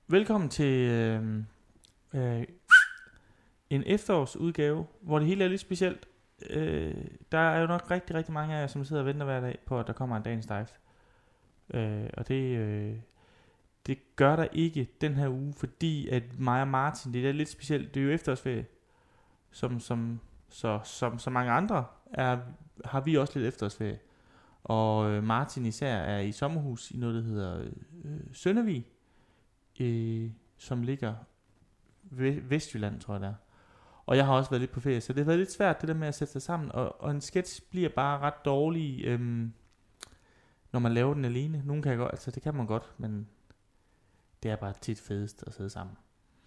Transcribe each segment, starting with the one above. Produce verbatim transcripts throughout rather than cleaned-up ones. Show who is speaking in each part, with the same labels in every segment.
Speaker 1: Velkommen til øh, øh, en efterårsudgave, hvor det hele er lidt specielt. Øh, der er jo nok rigtig, rigtig mange af jer, som sidder og venter hver dag på, at der kommer en dagens dive. Øh, og det, øh, det gør der ikke den her uge, fordi at mig og Martin, det er lidt specielt. Det er jo efterårsferie, som, som, så, som så mange andre er, har vi også lidt efterårsferie. Og øh, Martin især er i sommerhus i noget, der hedder øh, Søndervig. Øh, som ligger v- Vestjylland, tror jeg det er. Og jeg har også været lidt på ferie, så det har været lidt svært det der med at sætte sig sammen. Og, og en sketch bliver bare ret dårlig, øhm, når man laver den alene. Nogen kan jeg godt, altså det kan man godt, men det er bare tit fedest at sidde sammen.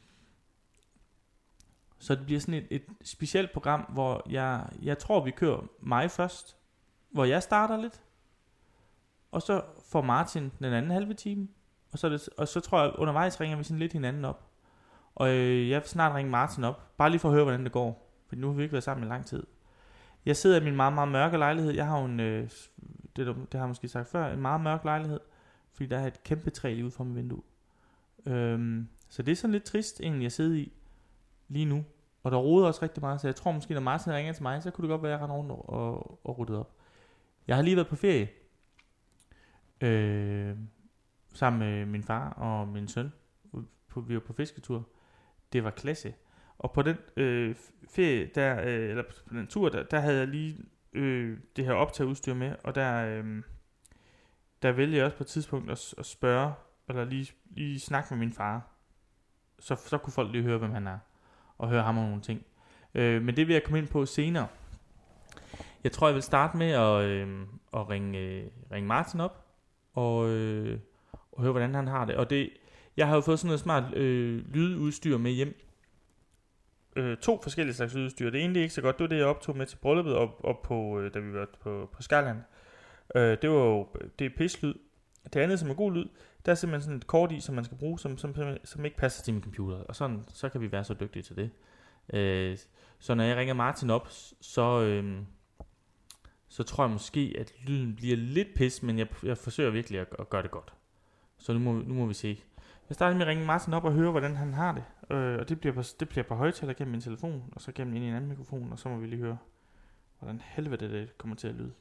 Speaker 1: Så det bliver sådan et, et specielt program, hvor jeg, jeg tror vi kører mig først, hvor jeg starter lidt, og så får Martin den anden halve time. Og så, det, og så tror jeg, undervejs ringer vi sådan lidt hinanden op. Og øh, jeg vil snart ringe Martin op. Bare lige for at høre, hvordan det går. For nu har vi ikke været sammen i lang tid. Jeg sidder i min meget, meget mørke lejlighed. Jeg har jo en, øh, det, det har jeg måske sagt før, en meget mørk lejlighed. Fordi der er et kæmpe træ lige ude for mit vindue. Øhm, så det er sådan lidt trist egentlig at sidde i lige nu. Og der roder også rigtig meget. Så jeg tror måske, når Martin ringer til mig, så kunne det godt være, at jeg render rundt og, og ryddet op. Jeg har lige været på ferie. Øh... sammen med min far og min søn. På, vi var på fisketur. Det var klasse. Og på den øh, ferie, der, øh, eller på den tur, der, der havde jeg lige øh, det her optageudstyr med, og der, øh, der vælger jeg også på et tidspunkt at, at spørge, eller lige, lige snakke med min far. Så, så kunne folk lige høre, hvem han er, og høre ham om nogle ting. Øh, men det vil jeg komme ind på senere. Jeg tror, jeg vil starte med at, øh, at ringe, øh, ringe Martin op, og... Øh, og høre, hvordan han har det. Og det, jeg har jo fået sådan noget smart øh, lydudstyr med hjem. Øh, to forskellige slags lydudstyr. Det ene, det er ikke så godt. Det var det, jeg optog med til brylluppet, og, og på, øh, da vi var på, på Skyland. Øh, det var jo, det er pislyd. Det andet, som er god lyd, der er simpelthen sådan et kort i, som man skal bruge, som, som, som ikke passer til min computer. Og sådan, så kan vi være så dygtige til det. Øh, så når jeg ringer Martin op, så... Øh, så tror jeg måske, at lyden bliver lidt pis, men jeg, jeg forsøger virkelig at, at gøre det godt. Så nu må, nu må vi se. Jeg starter med at ringe Martin op og høre, hvordan han har det. Øh, og det bliver, på, det bliver på højtaler gennem min telefon, og så gennem ind i en anden mikrofon, og så må vi lige høre, hvordan helvede det kommer til at lyde.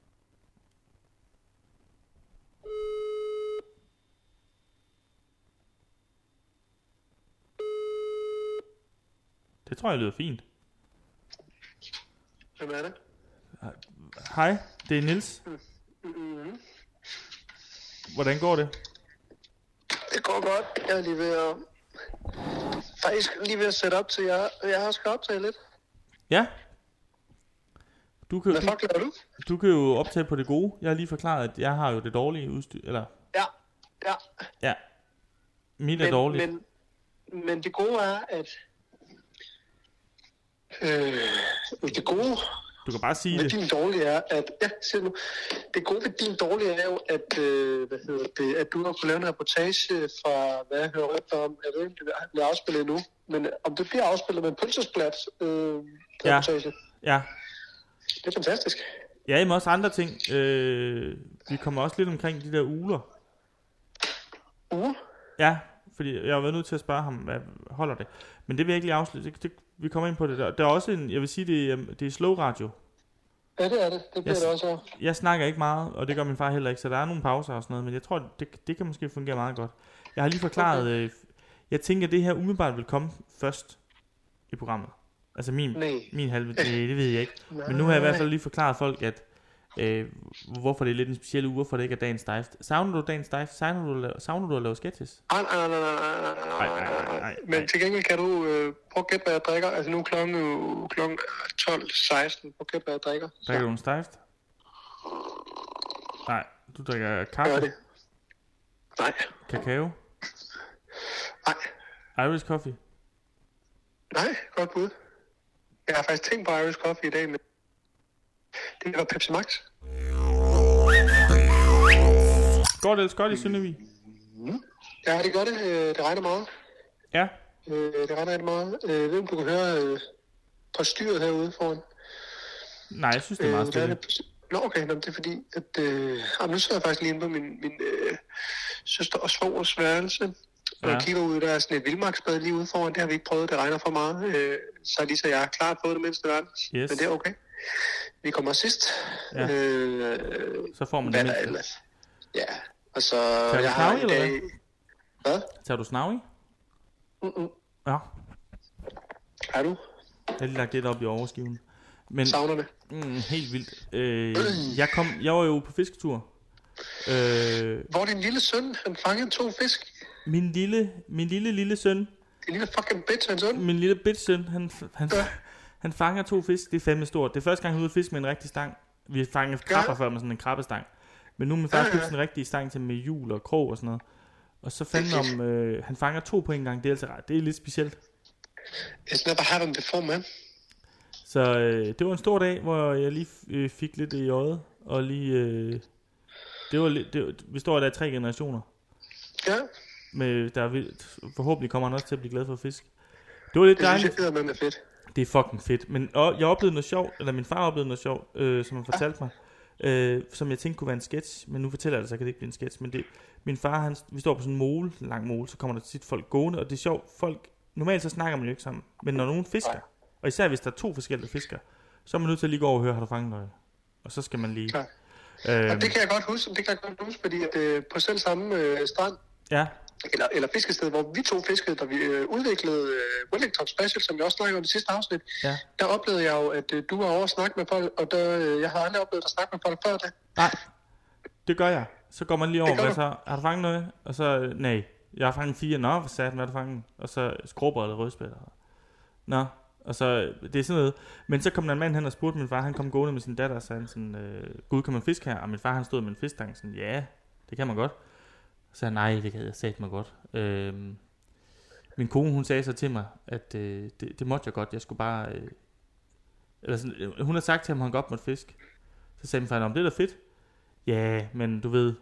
Speaker 1: Det tror jeg lyder fint.
Speaker 2: Hvem er det?
Speaker 1: Hej, det er Niels.
Speaker 2: Mm-hmm.
Speaker 1: Hvordan går det?
Speaker 2: Det går godt. Jeg er lige ved at... Faktisk lige ved at sætte op til jer. Jeg har skal optage lidt.
Speaker 1: Ja. Du kan,
Speaker 2: Hvad fuck laver du?
Speaker 1: Du kan jo optage på det gode. Jeg har lige forklaret, at jeg har jo det dårlige udstyr. Eller...
Speaker 2: Ja, ja.
Speaker 1: Ja. Mit er men, dårligt.
Speaker 2: Men, men det gode er, at... Øh, det gode...
Speaker 1: Du kan bare sige
Speaker 2: det.
Speaker 1: det.
Speaker 2: Din dårlige er, at... Ja, siger nu. Det gode ved din dårlige er jo, at, øh, hvad hedder det, at du har kunnet lave en reportage fra, hvad jeg hører rygter om. Jeg ved ikke, om det bliver afspillet endnu. Men om det bliver afspillet med en pølsesplat øh, reportage.
Speaker 1: Ja. Ja.
Speaker 2: Det er fantastisk.
Speaker 1: Ja, men også andre ting. Øh, vi kommer også lidt omkring de der uler.
Speaker 2: Uler?
Speaker 1: Ja, fordi jeg har været nødt til at spørge ham, hvad holder det. Men det vil jeg ikke lige afslutte. Det, det, vi kommer ind på det der. Der er også en, jeg vil sige, det er, det er slow radio.
Speaker 2: Ja, det er det. Det bliver
Speaker 1: jeg,
Speaker 2: det også her.
Speaker 1: Jeg snakker ikke meget, og det gør min far heller ikke, så der er nogle pauser og sådan noget, men jeg tror, det, det kan måske fungere meget godt. Jeg har lige forklaret, okay. øh, jeg tænker, at det her umiddelbart vil komme først i programmet. Altså min, min halve, det, det ved jeg ikke. Men nu har jeg i hvert fald lige forklaret folk, at øh, hvorfor det er lidt en speciel uge, hvorfor det ikke er dagens dive. Savner du dagens dive? Savner du, savner du at lave sketches?
Speaker 2: Nej, nej, nej, nej, nej, nej. Men til gengæld kan du øh, prøve at gætte, hvad jeg drikker. Altså nu er klokken, øh, klokken tolv seksten. Prøv at gætte, hvad jeg drikker.
Speaker 1: Drikker du en stift? Nej, du drikker kaffe?
Speaker 2: Gør det. Nej.
Speaker 1: Kakao?
Speaker 2: Nej.
Speaker 1: Irish coffee?
Speaker 2: Nej, godt bud. Jeg har faktisk tænkt på Irish coffee i dag, men det var Pepsi Max.
Speaker 1: Går det godt i Søndervig?
Speaker 2: Mm. Ja, det gør det. Det regner meget.
Speaker 1: Ja.
Speaker 2: Det regner rigtig meget. Jeg ved, om du kan høre på styret herude foran.
Speaker 1: Nej, jeg synes, det er meget stille.
Speaker 2: Nå, okay. Nå, det er fordi, at... Øh, nu sidder jeg faktisk lige inde på min, min øh, søster og svogers værelse. Når jeg kigger ud, der er sådan et vildmarksbad lige ude foran. Det har vi ikke prøvet, det regner for meget. Øh, så lige så jeg har klart fået det mindste verden.
Speaker 1: Yes.
Speaker 2: Men det er okay. Vi kommer sidst.
Speaker 1: Ja.
Speaker 2: Øh,
Speaker 1: så får man det mindste.
Speaker 2: Ellers? Ja, og så...
Speaker 1: Tager du
Speaker 2: jeg har
Speaker 1: snav i, eller
Speaker 2: dag... Hvad?
Speaker 1: Tager du snav i?
Speaker 2: Mm-mm.
Speaker 1: Ja.
Speaker 2: Er du?
Speaker 1: Jeg har lige lagt lidt op i overskiven. Men,
Speaker 2: savner det.
Speaker 1: Mm, helt vildt. Øh, jeg, kom, jeg var jo på fisketur. Øh,
Speaker 2: Hvor din lille søn, han fangede to fisk.
Speaker 1: Min lille, min lille, lille søn.
Speaker 2: Din lille fucking bitch, hans søn.
Speaker 1: Min lille bitch søn, han, han,
Speaker 2: ja.
Speaker 1: han fanger to fisk. Det er fandme stort. Det er første gang, han er ude at fiske med en rigtig stang. Vi har fanget krabber
Speaker 2: ja.
Speaker 1: før med sådan en krabbestang. Men nu er min far
Speaker 2: ja, ja.
Speaker 1: købt sådan en rigtig stang til med hjul og krog og sådan noget. Og så fandt om, øh, han fanger to på en gang. Det er altså ret. Det er lidt specielt.
Speaker 2: It's never happened before, man.
Speaker 1: Så øh, det var en stor dag, hvor jeg lige øh, fik lidt i øjet. Og lige... Øh, det var lidt... Det, vi står der i tre generationer.
Speaker 2: Ja.
Speaker 1: Med, der er, forhåbentlig kommer han også til at blive glad for fisk. Det var lidt dejligt.
Speaker 2: Det synes jeg, det er fedt.
Speaker 1: Det er fucking fedt. Men og, jeg oplevede noget sjovt, eller min far oplevede noget sjovt, øh, som han fortalte mig. Øh, som jeg tænkte kunne være en sketch. Men nu fortæller jeg det, så kan det ikke blive en sketch. Men det, min far, han, vi står på sådan en mole, en lang mole, så kommer der tit folk gående. Og det er sjovt, folk... Normalt så snakker man jo ikke sammen. Men når nogen fisker, og især hvis der er to forskellige fisker, så er man nødt til at lige gå over og høre, har du fanget noget? Og så skal man lige...
Speaker 2: Ja. Øhm, og det kan jeg godt huske, det kan jeg godt huske, fordi at, øh, på selv samme øh, strand,
Speaker 1: ja.
Speaker 2: eller, eller fiskested, hvor vi to fiskede, da vi øh, udviklede øh, Wellington Special, som vi også snakkede om i sidste afsnit,
Speaker 1: ja.
Speaker 2: Der oplevede jeg jo, at øh, du var over at snakke med folk, og der, øh, jeg har aldrig oplevet at snakke med folk før det.
Speaker 1: Nej, det gør jeg. Så går man lige over, hvad så? Har du fanget noget? Og så, nej, jeg har fanget fire. Nå, hvad sagde den, hvad har du fanget? Og så skrubber eller rødspætter. Nå, og så, det er sådan noget. Men så kom der en mand hen og spurgte min far, han kom gående med sin datter, og sagde sådan, øh, Gud, kan man fiske her? Og min far, han stod med en fiskstang, sådan, ja, det kan man godt. Så sagde nej, det kan jeg sagt mig godt. Øh, min kone, hun sagde så til mig, at øh, det, det måtte jeg godt, jeg skulle bare, øh, eller sådan, hun har sagt til ham, at han godt måtte fiske. Så sagde min far, om det er da fedt. Ja, men du ved,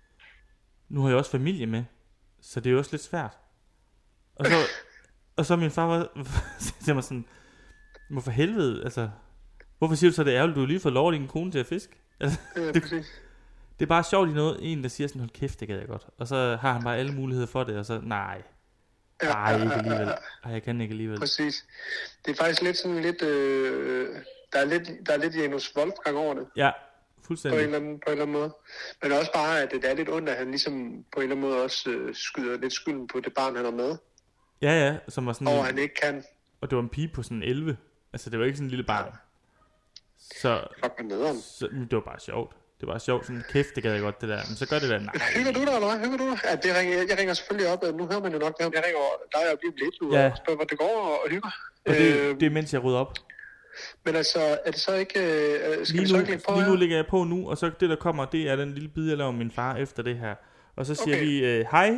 Speaker 1: nu har jeg også familie med, så det er jo også lidt svært. Og så, og så min far var, sagde mig sådan, hvorfor helvede, altså, hvorfor siger du så, det er ærgerligt, du har lige fået lov af din kone til at fiske? Altså,
Speaker 2: ja,
Speaker 1: det, det er bare sjovt i noget, en der siger sådan, hold kæft, det gad jeg godt. Og så har han bare alle muligheder for det, og så, nej,
Speaker 2: ja,
Speaker 1: nej, ikke alligevel.
Speaker 2: Ja, ja.
Speaker 1: Ej, jeg kan ikke alligevel.
Speaker 2: Præcis. Det er faktisk lidt sådan lidt, øh, der er lidt, der er lidt Janus Wolfgang over det.
Speaker 1: Ja.
Speaker 2: På en, eller anden, på en eller anden måde. Men også bare, at det er lidt ondt, at han ligesom på en eller anden måde også øh, skyder lidt skylden på det barn, han har med.
Speaker 1: Ja, ja, som var sådan...
Speaker 2: Og han ikke kan.
Speaker 1: Og det var en pige på sådan elleve. Altså, det var ikke sådan en lille barn. Så...
Speaker 2: Fuck, man nederen.
Speaker 1: Så, det var bare sjovt. Det var sjovt, sådan kæft, det gad jeg godt, det der. Men så gør det der, nej.
Speaker 2: Hygger du dig, eller hvad? Hygger du dig? Ja, det ringer, jeg ringer selvfølgelig op, nu hører man jo nok, jeg ringer dig og bliver lidt, du,
Speaker 1: ja.
Speaker 2: Og spørger, hvor det går, og hygger.
Speaker 1: Og det, øh, det er, mens jeg rydder op.
Speaker 2: Men altså, er det så ikke... Øh, skal
Speaker 1: lige,
Speaker 2: så
Speaker 1: nu,
Speaker 2: ikke lægge på
Speaker 1: lige
Speaker 2: her?
Speaker 1: nu ligger jeg på nu, og så det, der kommer, det er den lille bid, jeg laver min far efter det her. Og så siger
Speaker 2: okay.
Speaker 1: vi, øh, hej.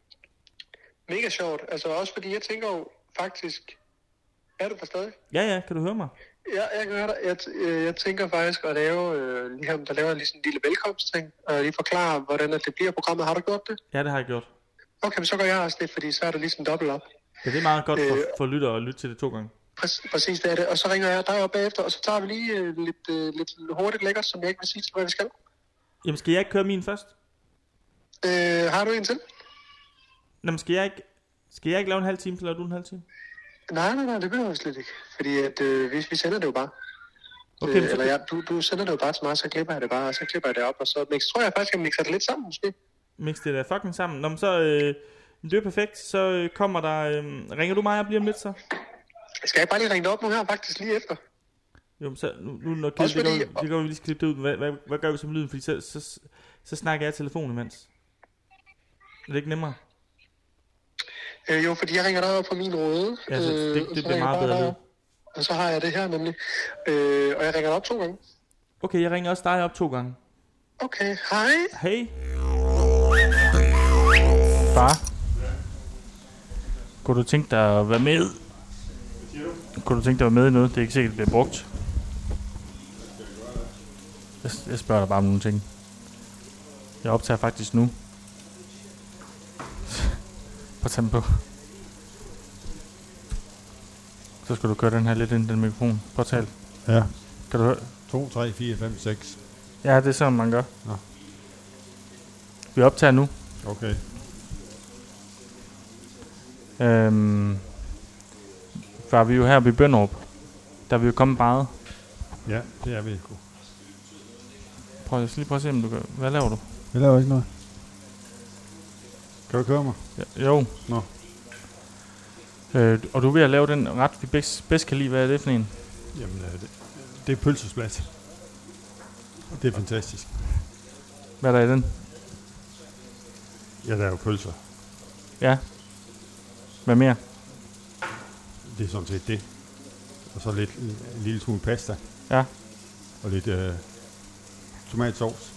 Speaker 2: Mega sjovt. Altså også fordi, jeg tænker jo faktisk... Er du der stadig?
Speaker 1: Ja, ja, kan du høre mig?
Speaker 2: Ja, jeg kan høre dig. Jeg, øh, jeg tænker faktisk at lave... Øh, lige her, der laver lige sådan en lille velkomstting, og lige forklare, hvordan det bliver programmet. Har du gjort det?
Speaker 1: Ja, det har jeg gjort.
Speaker 2: Okay, men så gør jeg også det, fordi så er det ligesom dobbelt op.
Speaker 1: Ja, det er meget godt for,
Speaker 2: øh,
Speaker 1: for lytter at lytte til det to gange.
Speaker 2: Præ- præcis, det er det. Og så ringer jeg dig op bagefter, og så tager vi lige øh, lidt, øh, lidt hurtigt lækkert, som jeg ikke vil sige til, hvad vi skal.
Speaker 1: Jamen, skal jeg ikke køre min først?
Speaker 2: Øh, har du en til?
Speaker 1: Jamen, skal jeg ikke, skal jeg ikke lave en halv time, så laver du en halv time?
Speaker 2: Nej, nej, nej, det behøver jeg slet ikke. Fordi at, øh, vi, vi sender det jo bare.
Speaker 1: Okay,
Speaker 2: øh, eller ja, du, du sender det jo bare til mig, så klipper jeg det bare, og så klipper jeg det op, og så mix, tror jeg faktisk, at jeg mixer det lidt sammen, måske.
Speaker 1: Mix det der fucking sammen. Nå, men så, øh, det er perfekt. Så øh, kommer der, øh, ringer du mig op lige om lidt, så?
Speaker 2: Skal jeg bare lige ringe dig op nu her, faktisk lige efter?
Speaker 1: Jo, så nu, nu når Kjeld, det, fordi, går, det går vi lige skal klippe det ud. Hvad, hvad, hvad gør vi som lyden? Fordi så, så, så, så snakker jeg i telefonen imens. Er det ikke nemmere?
Speaker 2: Øh, jo, fordi jeg ringer dig op på min røde.
Speaker 1: Ja, så det, det, det bliver meget bedre lyd.
Speaker 2: Og så har jeg det her nemlig. Øh, og jeg ringer dig op to gange.
Speaker 1: Okay, jeg ringer også dig op to gange.
Speaker 2: Okay, hej.
Speaker 1: Hej. Far. Kunne du tænke dig at være med? Kunne du tænke dig at være med i noget? Det er ikke sikkert, det bliver brugt. Jeg, jeg spørger dig bare om nogle ting. Jeg optager faktisk nu. Prøv at tage den på. Så skal du køre den her lidt ind i den mikrofon. Prøv at tale.
Speaker 3: Ja.
Speaker 1: Kan du høre?
Speaker 3: to, tre, fire, fem, seks.
Speaker 1: Ja, det er sådan, man gør.
Speaker 3: Nå.
Speaker 1: Vi optager nu.
Speaker 3: Okay.
Speaker 1: Øhm, var vi jo her ved Bønderup. Der er vi jo kommet meget.
Speaker 3: Ja, det er vi sgu.
Speaker 1: Prøv, jeg skal lige prøve at se, om du gør. Hvad laver du?
Speaker 3: Jeg laver ikke noget. Kan du køre mig?
Speaker 1: Ja, jo.
Speaker 3: Nå.
Speaker 1: Øh, og du er ved at lave den ret, vi bedst, bedst kan lide. Hvad er det for en?
Speaker 3: Jamen, øh, det, det er pølsesplat. Det er fantastisk.
Speaker 1: Hvad er der i den?
Speaker 3: Jeg laver pølser.
Speaker 1: Ja. Hvad mere?
Speaker 3: Det er sådan set det. Og så lidt, en lille smule pasta.
Speaker 1: Ja.
Speaker 3: Og lidt øh, tomatsovs.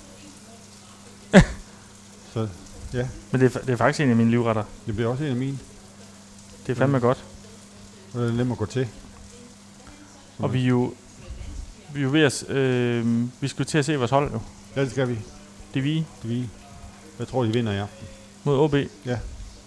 Speaker 3: Så, ja.
Speaker 1: Men det er, det er faktisk en af mine livretter.
Speaker 3: Det bliver også en af mine.
Speaker 1: Det er fandme mm. godt.
Speaker 3: Og det er nemt at gå til.
Speaker 1: Og vi er jo, vi er jo ved at, øh, vi skulle til at se vores hold jo.
Speaker 3: Ja, det skal vi.
Speaker 1: Det er vi.
Speaker 3: Det er vi. Jeg tror, de vinder i aften.
Speaker 1: Mod O B.
Speaker 3: Ja.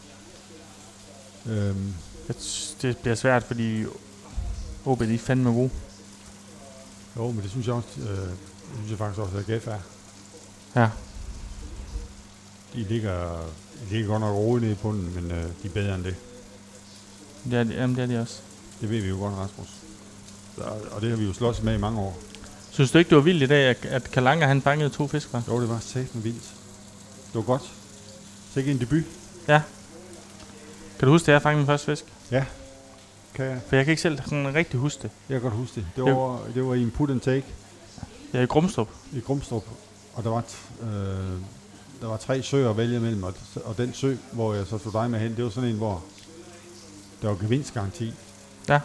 Speaker 3: Øhm.
Speaker 1: Det bliver svært, fordi O B de er fandme gode.
Speaker 3: Jo, men det synes jeg også, øh, det synes jeg faktisk også, at A G F er.
Speaker 1: Ja.
Speaker 3: De ligger, de ligger godt nok roligt nede i bunden, men øh, de er bedre end det.
Speaker 1: Ja, jamen det er de også.
Speaker 3: Det ved vi jo godt, Rasmus. Og, og det har vi jo slås med i mange år.
Speaker 1: Synes du ikke, det var vildt i dag, at, at Kalanga han fangede to fisk, var?
Speaker 3: Jo, det var satme vildt. Det var godt. Så ikke en debut.
Speaker 1: Ja. Kan du huske, at jeg fangede min første fisk?
Speaker 3: Ja, kan jeg.
Speaker 1: For jeg kan ikke selv sådan rigtig huske det.
Speaker 3: Jeg kan godt huske det. Det var, det var i en put and take.
Speaker 1: Ja, i Grumstrup.
Speaker 3: I Grumstrup. Og der var, t- øh, der var tre søer at vælge mellem. Og, og den sø, hvor jeg så tog dig med hen, det var sådan en, hvor der var gevinstgaranti.
Speaker 1: Ja.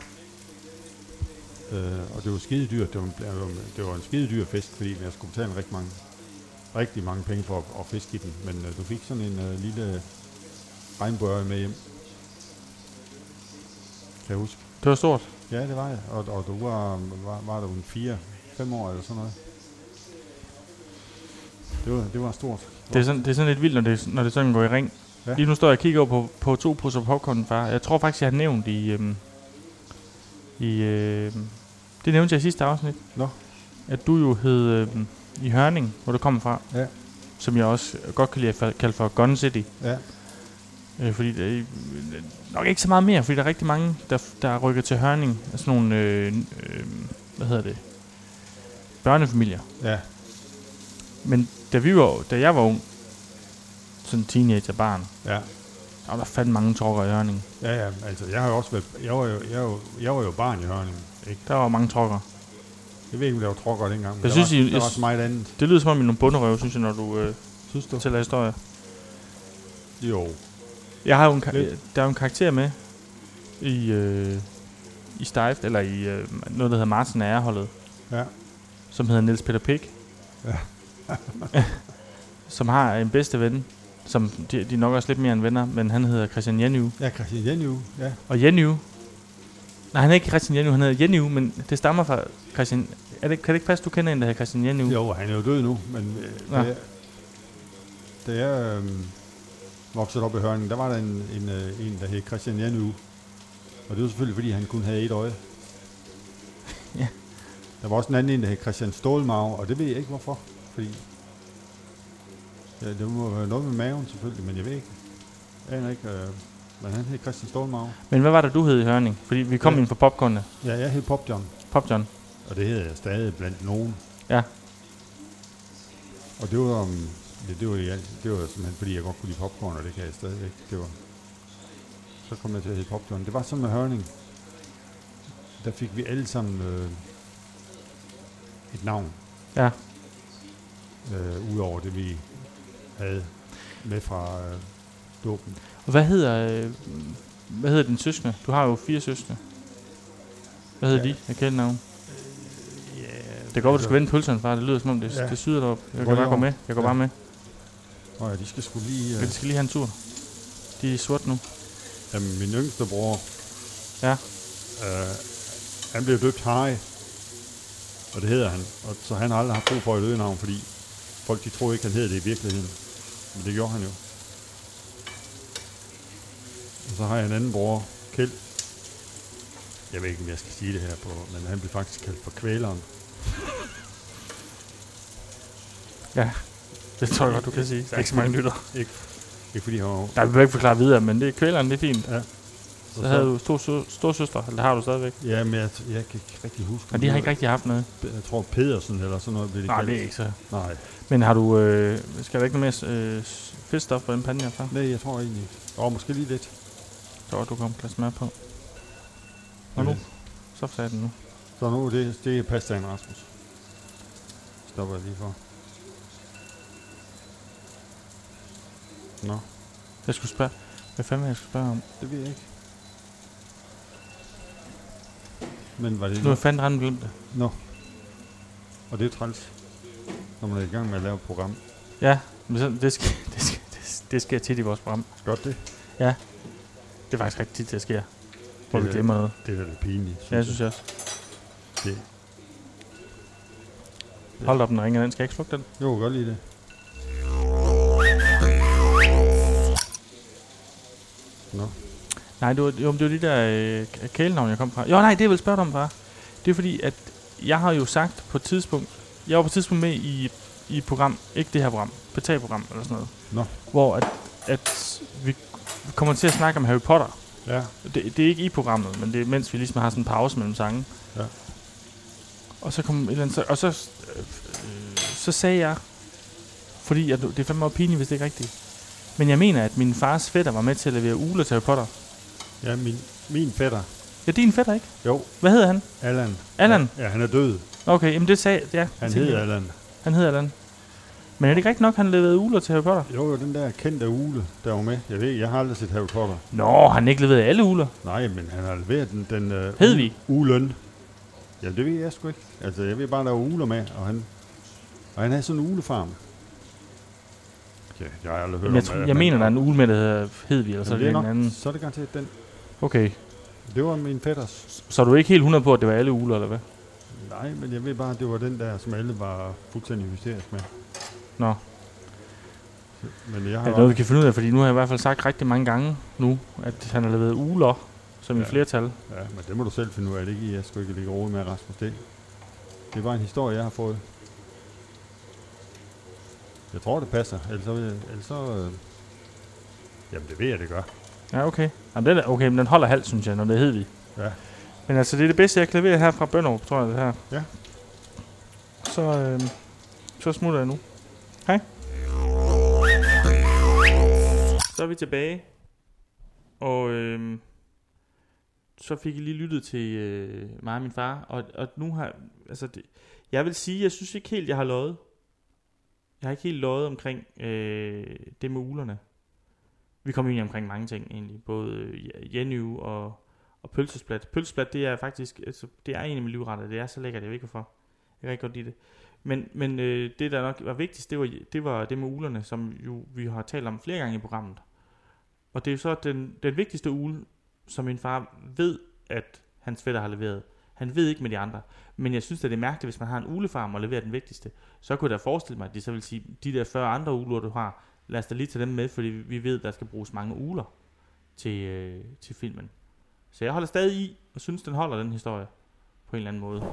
Speaker 3: Øh, og det var skide dyrt. Det var, det var en skide dyr fisk, fordi jeg skulle betale rigtig mange, rigtig mange penge for at, at fiske i den. Men øh, du fik sådan en øh, lille regnbueøje med hjem. Kan jeg huske.
Speaker 1: Det var stort.
Speaker 3: Ja, det var jeg. Og, og du var, var, var der en fire, fem år eller sådan noget. Det var, det var stort.
Speaker 1: Det er, sådan, det er sådan lidt vildt, når det, når det sådan går i ring. Ja. Lige nu står jeg og kigger over på, på to poser popcorn, far. Jeg tror faktisk, jeg har nævnt i... Øhm, i øhm, det nævnte jeg i sidste afsnit.
Speaker 3: Nå.
Speaker 1: At du jo hed øhm, i Hørning, hvor du kommer fra.
Speaker 3: Ja. Som
Speaker 1: jeg også godt kan lide at kalde for Gun City.
Speaker 3: Ja.
Speaker 1: Øh, fordi der er nok ikke så meget mere, fordi der er rigtig mange, der, der rykker til Hørning. Sådan nogle, øh, øh, hvad hedder det, børnefamilier.
Speaker 3: Ja.
Speaker 1: Men da, vi var, da jeg var ung, sådan teenagerbarn,
Speaker 3: ja.
Speaker 1: der var der fandme mange trucker i Hørning.
Speaker 3: Ja, ja, altså jeg har jo også været, jeg var jo, jeg var, jeg var jo barn i Hørning, ikke?
Speaker 1: Der var mange trucker.
Speaker 3: Jeg ved ikke, om der var trucker dengang, men
Speaker 1: jeg
Speaker 3: der,
Speaker 1: synes,
Speaker 3: var,
Speaker 1: I,
Speaker 3: der
Speaker 1: jeg,
Speaker 3: var så meget andet.
Speaker 1: Det lyder som om i nogle bunderøve, synes jeg, når du, øh,
Speaker 3: synes du?
Speaker 1: fortæller historier.
Speaker 3: Jo.
Speaker 1: Jeg har jo en, ka- der er jo en karakter med i, øh, i Steift, eller i øh, noget, der hedder Martin Ærholdet.
Speaker 3: Ja.
Speaker 1: Som hedder Niels Peter Pick.
Speaker 3: Ja.
Speaker 1: Som har en bedste ven, som de, de er nok også lidt mere end venner, men han hedder Christian Jenny.
Speaker 3: Ja, Christian Jenny, ja.
Speaker 1: Og Jenny, nej, han er ikke Christian Jenny, han hedder Jenny, men det stammer fra Christian. Er det, kan det ikke passe, du kender en, der hedder Christian Jenny?
Speaker 3: Jo, han er jo død nu, men øh,
Speaker 1: ja.
Speaker 3: da jeg, da jeg øh, voksede op i Hørning, der var der en, en, øh, en der hed Christian Jenny. Og det var selvfølgelig, fordi han kun havde et øje.
Speaker 1: Ja.
Speaker 3: Der var også en anden en, der hed Christian Stålmave, og det ved jeg ikke hvorfor, fordi ja, det må være noget med maven selvfølgelig, men jeg ved ikke. Jeg aner ikke, øh, men han hed Christian Stålmave.
Speaker 1: Men hvad var det, du hed i Hørning? Fordi vi kom ja. ind for popcornene.
Speaker 3: Ja, jeg hed Pop John.
Speaker 1: Pop John.
Speaker 3: Og det hedder jeg stadig blandt nogen.
Speaker 1: Ja.
Speaker 3: Og det var, um, det, det var, det var simpelthen, fordi jeg godt kunne lide popcorn, og det kan jeg stadigvæk. Det var, så kom jeg til at hedde Pop John. Det var sådan med Hørning. Der fik vi alle sammen øh, et navn.
Speaker 1: Ja.
Speaker 3: Øh, Udover det, vi havde med fra øh, dåben.
Speaker 1: Og hvad hedder, øh, hvad hedder din søskende? Du har jo fire søskende. Hvad hedder ja. de? Jeg kender navn.
Speaker 3: Øh, ja,
Speaker 1: det kan godt, du skal vende pølserne, far. Det lyder som om, det, ja. det syder derop. Jeg kan bare gå med. Jeg går ja. bare med.
Speaker 3: Åh ja, de skal sgu lige...
Speaker 1: Uh... De skal lige have en tur. De er sort nu.
Speaker 3: Jamen, min yngste bror...
Speaker 1: Ja.
Speaker 3: Øh, han blev døbt Harry. Og det hedder han. Og så han har aldrig haft brug for et øgenavn, fordi folk de tror ikke, han hedder det i virkeligheden. Men det gjorde han jo. Og så har jeg en anden bror, Kjeld. Jeg ved ikke, om jeg skal sige det her på, men han blev faktisk kaldt for Kvæleren.
Speaker 1: Ja, det tror jeg godt, du kan sige. Ikke så mange lytter.
Speaker 3: Ikke, ikke fordi han var...
Speaker 1: Der vil ikke forklare videre, men det er Kvæleren, det er fint.
Speaker 3: Ja.
Speaker 1: Så, så havde du stor, stor, stor søster, eller har du stadigvæk?
Speaker 3: Ja, men jeg, jeg kan ikke rigtig huske.
Speaker 1: Men de har ikke rigtig haft noget?
Speaker 3: Jeg tror Pedersen eller sådan noget. Det
Speaker 1: Nej, det er ikke så.
Speaker 3: Nej.
Speaker 1: Men har du, øh, skal der ikke noget mere øh, fedtstof på den pande herfra?
Speaker 3: Nej, jeg tror egentlig. Åh, oh, måske lige lidt.
Speaker 1: Så du kommer plads med på. Og nu, så sagde den nu.
Speaker 3: Så nu, det, det er pastaen, Rasmus. Stopper jeg lige for. Nå.
Speaker 1: Jeg skulle spørge, hvad fanden jeg skulle spørge om?
Speaker 3: Det ved jeg ikke. Men var det...
Speaker 1: Nu har jeg fandme rent glemt det.
Speaker 3: Nå. Og det er træls, når man er i gang med at lave et program.
Speaker 1: Ja, men så, det, skal, det, skal, det, det sker tit i vores program.
Speaker 3: Godt det?
Speaker 1: Ja. Det er faktisk rigtig tit, det sker. Hvor
Speaker 3: det
Speaker 1: vi glemmer noget.
Speaker 3: Det er da lidt pinligt.
Speaker 1: Ja, jeg synes jeg også.
Speaker 3: Det.
Speaker 1: Hold op, den ringer. Den skal jeg ikke slukke den?
Speaker 3: Jo, godt lide det. Nå.
Speaker 1: Nej, det var, jo, det var de der øh, kælenavn, jeg kom fra. Jo, nej, det er vel spørgsmål om, far. Det er fordi, at jeg har jo sagt på et tidspunkt, jeg var på et tidspunkt med i, i et program, ikke det her program, betagprogram eller sådan noget.
Speaker 3: Nå.
Speaker 1: Hvor at, at vi kommer til at snakke om Harry Potter.
Speaker 3: Ja.
Speaker 1: Det, det er ikke i programmet, men det er mens vi ligesom har sådan en pause mellem sange.
Speaker 3: Ja.
Speaker 1: Og så kom et eller andet, så, og så, øh, så sagde jeg, fordi at, det er fandme meget pinligt, hvis det ikke er rigtigt. Men jeg mener, at min fars fætter var med til at levere uler til Harry Potter.
Speaker 3: Ja, min, min fætter.
Speaker 1: Ja, din fætter, ikke?
Speaker 3: Jo.
Speaker 1: Hvad hedder han?
Speaker 3: Allan.
Speaker 1: Allan?
Speaker 3: Ja, ja, han er død.
Speaker 1: Okay, jamen det sagde ja.
Speaker 3: Han hedder Allan.
Speaker 1: Han hedder Allan. Men er det ikke rigtigt nok, han leverede uler til Harry Potter?
Speaker 3: Jo, jo, den der kendte ule, der var med. Jeg ved, jeg har aldrig set Harry Potter.
Speaker 1: Nå, han ikke leveret alle uler?
Speaker 3: Nej, men han har leveret den, den uh,
Speaker 1: Hedvig?
Speaker 3: ulen. Ja, det ved jeg sgu ikke. Altså, jeg ved bare, der var uler med, og han, og han havde sådan en ulefarm. Ja, jeg har aldrig hørt
Speaker 1: Jamen, jeg,
Speaker 3: om
Speaker 1: tror,
Speaker 3: det.
Speaker 1: jeg mener, der er en ule med, der hedder Hedvig, eller så er det,
Speaker 3: det
Speaker 1: en
Speaker 3: nok,
Speaker 1: anden.
Speaker 3: Så er det garanteret den.
Speaker 1: Okay.
Speaker 3: Det var min fætters.
Speaker 1: Så er du ikke helt hundrede på, at det var alle uler, eller hvad?
Speaker 3: Nej, men jeg ved bare, at det var den der, som alle var fuldstændig hysterisk med.
Speaker 1: Nå.
Speaker 3: Men jeg har
Speaker 1: er det noget, vi kan finde ud af? Fordi nu har jeg i hvert fald sagt rigtig mange gange nu, at han har leveret uler som ja. i flertal.
Speaker 3: Ja, men det må du selv finde ud af. Det ikke, jeg skal ikke ligge roligt med, Rasmus. Det, det er bare en historie, jeg har fået. Jeg tror, det passer. Ellers så... Ellers så øh, jamen, det ved jeg, det gør.
Speaker 1: Ja, okay. Jamen, den er, okay, men den holder halvt, synes jeg, når det er Hedvig.
Speaker 3: Ja.
Speaker 1: Men altså, det er det bedste, jeg kan levere her fra Bønderup, tror jeg, det her.
Speaker 3: Ja.
Speaker 1: Så, øh, så smutter jeg nu. Hej. Så er vi tilbage. Og øh, så fik jeg lige lyttet til øh, mig og min far. Og, og nu har... Altså, det, jeg vil sige, jeg synes ikke helt, jeg har løjet. Jeg har ikke helt løjet omkring øh, det med ulerne. Vi kom egentlig omkring mange ting egentlig. Både øh, Jenny og... Og pølsesplat. Pølsesplat, det er faktisk, altså, det er en af mine livretter. Det er så lækkert, jeg ved ikke hvorfor. Jeg kan ikke godt lide det. Men, men øh, det, der nok var vigtigst, det var, det var det med ulerne, som jo vi har talt om flere gange i programmet. Og det er jo så den, den vigtigste ule, som min far ved, at hans fætter har leveret. Han ved ikke med de andre. Men jeg synes, at det er mærkeligt, hvis man har en ulefarm og leverer den vigtigste. Så kunne jeg da forestille mig, at de så vil sige, de der fyrre andre uler, du har, lad os da lige tage dem med, fordi vi ved, at der skal bruges mange uler til, øh, til filmen. Så jeg holder stadig i, og synes, den holder den historie, på en eller anden måde.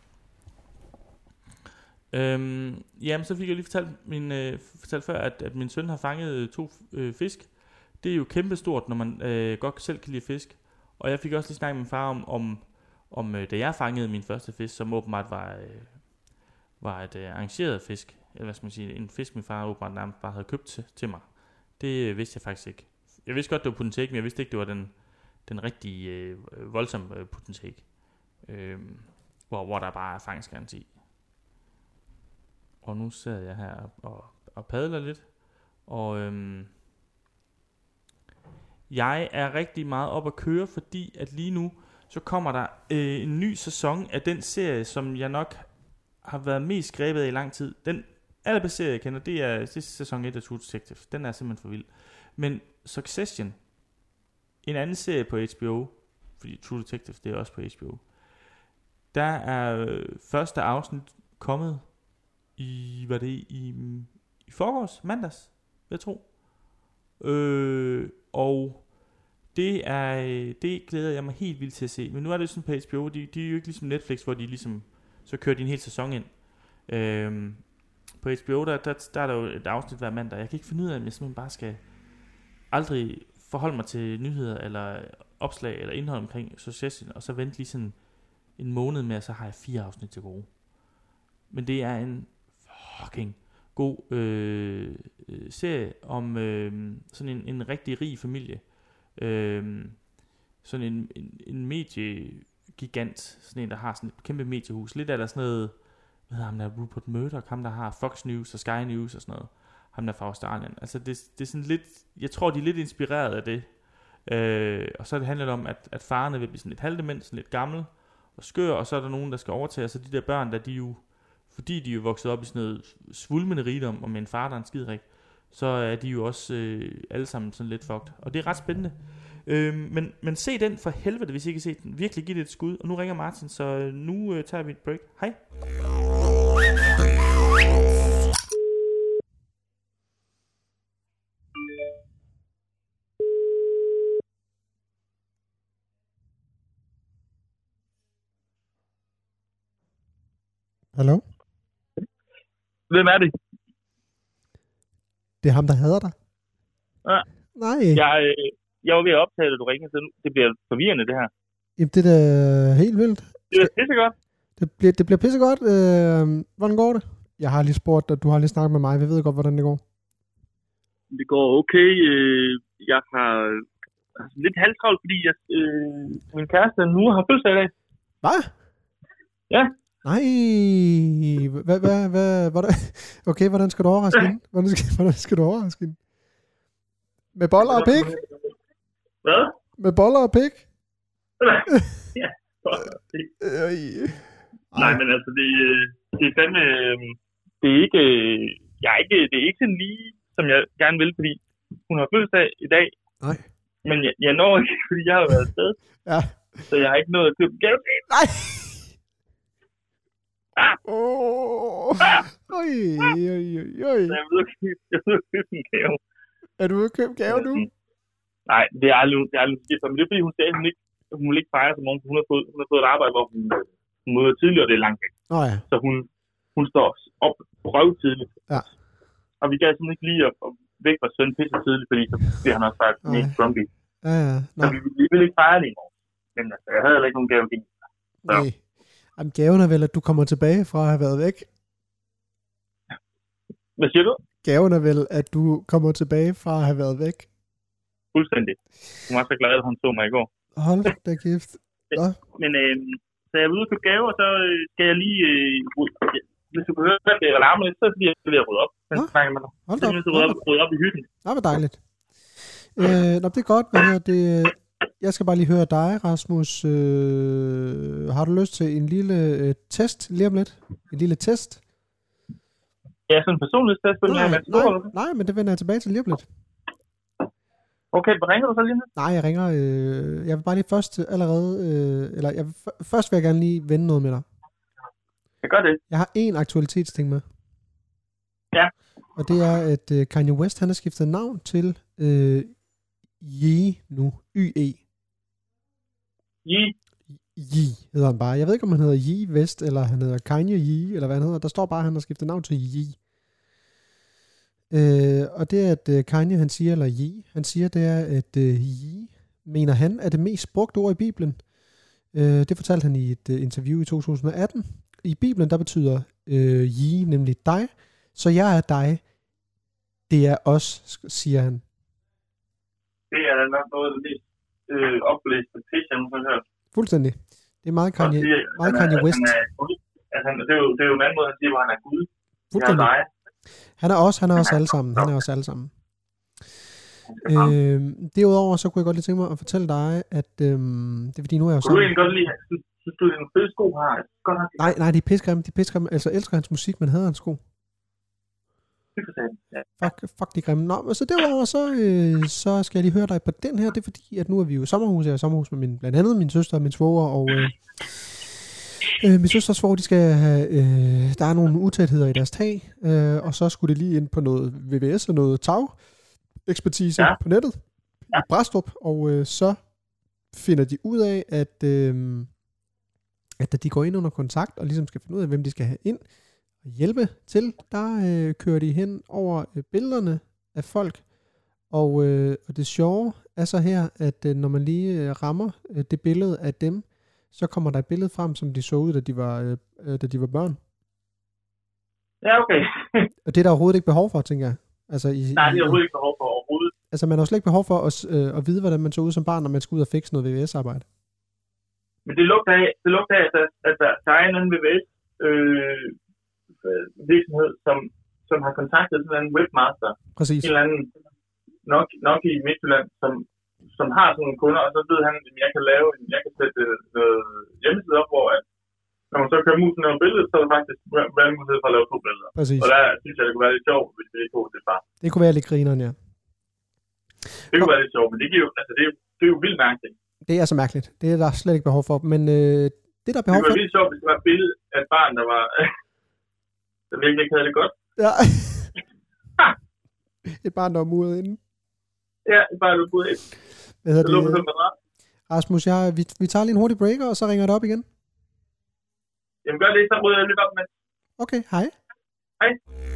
Speaker 1: Øhm, jamen, så fik jeg lige fortalt, min, øh, fortalt før, at, at min søn har fanget to øh, fisk. Det er jo kæmpestort, når man øh, godt selv kan lide fisk. Og jeg fik også lige snakket med min far om, om, om øh, da jeg fangede min første fisk, som åbenbart var, øh, var et øh, arrangeret fisk. Eller hvad skal man sige, en fisk, min far åbenbart nærmest bare havde købt til, til mig. Det øh, vidste jeg faktisk ikke. Jeg vidste godt, det var potentiale, men jeg vidste ikke, det var den... den rigtige øh, voldsomme øh, potentiale, øh, hvor, hvor der bare er fangstgaranti. Og nu sidder jeg her og, og padler lidt, og øh, jeg er rigtig meget op at køre, fordi at lige nu, så kommer der øh, en ny sæson af den serie, som jeg nok har været mest grebet af i lang tid. Den allerbedste serie, jeg kender, det er sidste sæson et af True Detective. Den er simpelthen for vild. Men Succession, en anden serie på H B O, fordi True Detective, det er også på H B O. Der er øh, første afsnit kommet i, hvad det i, i forgårs, mandags, vil jeg tro. Øh, og det er, det glæder jeg mig helt vildt til at se. Men nu er det sådan på H B O, de, de er jo ikke ligesom Netflix, hvor de ligesom, så kører de en hel sæson ind. Øh, på H B O, der, der, der er der jo et afsnit hver mandag. Jeg kan ikke finde ud af, om jeg simpelthen bare skal aldrig forholde mig til nyheder, eller opslag eller indhold omkring Succession, og så vente lige sådan en måned med, og så har jeg fire afsnit til gode. Men det er en fucking god øh, øh, serie om øh, sådan en, en rigtig rig familie. Øh, sådan en, en, en mediegigant, sådan en, der har sådan et kæmpe mediehus. Lidt af der sådan noget, hvad hedder ham der, Rupert Murdoch, ham der har Fox News og Sky News og sådan noget. Ham der fra Australien. Altså det, det er sådan lidt, jeg tror de er lidt inspireret af det. Øh, og så det handler det om, at, at farerne vil blive sådan lidt halvdement, sådan lidt gammel og skør, og så er der nogen, der skal overtage, så de der børn, der de jo, fordi de er jo vokset op i sådan noget svulmende rigdom, og med en far, der er en skidrik, så er de jo også øh, alle sammen sådan lidt fucked. Og det er ret spændende. Øh, men, men se den for helvede, hvis I ikke har set den. Virkelig giv det et skud. Og nu ringer Martin, så nu øh, tager vi et break. Hej.
Speaker 4: Hallo?
Speaker 5: Hvem er det?
Speaker 4: Det er ham, der hader dig.
Speaker 5: Ja.
Speaker 4: Nej.
Speaker 5: Jeg, jeg var ved at optage det, du ringede, så det bliver forvirrende, det her.
Speaker 4: Jamen, det er da helt vildt.
Speaker 5: Det er pissegodt.
Speaker 4: Det bliver, det bliver pissegodt. Øh, hvordan går det? Jeg har lige spurgt dig, du har lige snakket med mig. Vi ved godt, hvordan det går.
Speaker 5: Det går okay. Jeg har lidt halvtravlt, fordi jeg, øh, min kæreste nu har fødselsdag i dag.
Speaker 4: Hvad?
Speaker 5: Ja.
Speaker 4: Nej, hvad, hvad, hvad, hvordan, okay, hvordan skal du overraske hende? Hvordan skal, hvordan skal du overraske hende? Med boller og pik?
Speaker 5: Hvad?
Speaker 4: Med boller og pik?
Speaker 5: Ja, boller og pik. Nej, men altså, det, det er fandme, det er ikke, jeg er ikke, det er ikke sådan lige, som jeg gerne vil, fordi hun har fødselsdag i dag.
Speaker 4: Nej.
Speaker 5: Men jeg, jeg når ikke, fordi jeg har været afsted.
Speaker 4: Ja.
Speaker 5: Så jeg har ikke nået at købe en gave.
Speaker 4: Nej!
Speaker 5: Ah.
Speaker 4: Oh.
Speaker 5: Ah.
Speaker 4: Oj, oj, oj, oj.
Speaker 5: Jeg er ude at købe, jeg er ude at købe en gave.
Speaker 4: Er du ude at købe gave nu?
Speaker 5: Nej, det er aldrig, det er aldrig skidt. Men det er fordi, hun sagde, at hun ikke, hun vil ikke fejre som om, hun har fået, hun har fået et arbejde, hvor hun, hun møder tidligere, og det er langt væk.
Speaker 4: Oh, ja.
Speaker 5: Så hun, hun står op røvtidligt.
Speaker 4: Ja.
Speaker 5: Og vi kan simpelthen ikke lige at, at væk fra søn pisse tidligt, fordi så bliver han også faktisk mest grumpy.
Speaker 4: Ja, ja.
Speaker 5: Nå. Så vi, vi vil ikke fejre det i morgen. Men altså, jeg havde heller ikke nogen gave til.
Speaker 4: Nej. Jamen, gaven er vel, at du kommer tilbage fra at have været væk.
Speaker 5: Hvad siger du?
Speaker 4: Gaven er vel, at du kommer tilbage fra at have været væk.
Speaker 5: Fuldstændig. Hun var så glad, at hun så mig i går.
Speaker 4: Hold da kæft. Nå.
Speaker 5: Men øh, så jeg er ude og købe gaver, så øh, skal jeg lige... Øh, hvis du kan høre, at det er alarmen, så bliver jeg ved at rydde op. Men så snakker man dig.
Speaker 4: Hold
Speaker 5: da op. Så rydde op, rydde op i hytten.
Speaker 4: Nå, hvor dejligt. Øh, nå, det er godt. Hvad hedder det... Jeg skal bare lige høre dig, Rasmus. Øh, har du lyst til en lille øh, test lige om lidt? En lille test?
Speaker 5: Ja, sådan en personlighedstest.
Speaker 4: Nej, nej, nej, nej, men det vender jeg tilbage til lige om lidt.
Speaker 5: Okay, hvad ringer du så lige nu?
Speaker 4: Nej, jeg ringer... Øh, jeg vil bare lige først allerede... Øh, eller jeg vil, først vil jeg gerne lige vende noget med dig.
Speaker 5: Jeg gør det.
Speaker 4: Jeg har en aktualitetsting med.
Speaker 5: Ja.
Speaker 4: Og det er, at øh, Kanye West, han har skiftet navn til... Øh, Ye nu. Y-E.
Speaker 5: Ye?
Speaker 4: Ye hedder han bare. Jeg ved ikke, om han hedder Ye West, eller han hedder Kanye Ye, eller hvad han hedder. Der står bare, at han har skiftet navn til Ye. Øh, og det er, at uh, Kanye, han siger, eller Ye, han siger, det er, at uh, Ye, mener han, er det mest brugte ord i Bibelen. Uh, det fortalte han i et uh, interview i to tusind og atten. I Bibelen, der betyder uh, Ye nemlig dig. Så jeg er dig. Det er os, siger han.
Speaker 5: Det er nok noget af det mest øh, oplæste pitch, jeg har hørt.
Speaker 4: Fuldstændig. Det er meget Kanye,
Speaker 5: siger,
Speaker 4: meget Kanye West.
Speaker 5: Han er, altså, det, er jo, det er jo en anden måde, han siger, hvor han er Gud.
Speaker 4: Fuldstændig. Er han er også, han er også alle sammen. Han er også alle sammen. Øh, derudover, så kunne jeg godt lige tænke mig at fortælle dig, at øhm, det er fordi, nu er jeg jo sammen.
Speaker 5: Kunne du egentlig godt lide, synes du, det er en fed sko her?
Speaker 4: Nej, nej, de er pissegrimme. De er pissegrimme. Altså, jeg elsker hans musik, men hader hans sko. Fuck, fuck de grimme. Nå, så derudover, så, øh, så skal jeg lige høre dig på den her. Det er fordi, at nu er vi jo i sommerhus. Jeg er i sommerhus med min, blandt andet min søster og min svoger. Og øh, øh, min søster og svoger, de skal have, øh, der er nogle utætheder i deres tag. Øh, og så skulle det lige ind på noget V V S og noget tag-ekspertise ja. på nettet. Ja. I Brastrup. Og øh, så finder de ud af, at, øh, at da de går ind under kontakt, og ligesom skal finde ud af, hvem de skal have ind, hjælpe til, der øh, kører de hen over øh, billederne af folk, Og, øh, og det sjove er så her, at øh, når man lige øh, rammer øh, det billede af dem, så kommer der et billede frem, som de så ud, da de var, øh, øh, da de var børn.
Speaker 5: Ja, okay.
Speaker 4: Og det er der overhovedet ikke behov for, tænker jeg. Altså, i,
Speaker 5: Nej, det er overhovedet ikke behov for overhovedet.
Speaker 4: Altså, man har jo slet ikke behov for at, øh, at vide, hvordan man så ud som barn, når man skal ud og fikse noget V V S-arbejde.
Speaker 5: Men det lugter af, det lugter af at, der, at der, der er en anden V V S øh, virksomhed, som, som har kontaktet sådan en webmaster.
Speaker 4: Præcis.
Speaker 5: En eller anden, nok, nok i Midtjylland, som, som har sådan nogle kunder, og så ved han, at jeg kan lave, jeg kan sætte noget hjemmeside op, hvor at, når man så kører musen over billedet, så er det faktisk valgmulighed for at lave to billeder.
Speaker 4: Præcis.
Speaker 5: Og der synes jeg, det kunne være lidt sjovt, hvis det ikke kunne det bare.
Speaker 4: Det kunne være lidt grineren, ja.
Speaker 5: Det kunne være lidt sjovt, men det, giver jo, altså, det, er, jo, det er jo vildt mærkeligt.
Speaker 4: Det er så mærkeligt. Det er der slet ikke behov for. Men øh, det, der er behov for...
Speaker 5: Det var vildt sjovt, hvis det var et billede af et barn, der var... der virkelig ikke havde det godt.
Speaker 4: Ja. Et barn, der var muret inde.
Speaker 5: Ja, et barn, der var muret inde.
Speaker 4: Hvad hedder
Speaker 5: det?
Speaker 4: det? Rasmus, jeg, vi, vi tager lige en hurtig breaker, og så ringer det op igen.
Speaker 5: Jamen gør det, så rydder jeg lidt op med.
Speaker 4: Okay, hej.
Speaker 5: Hej.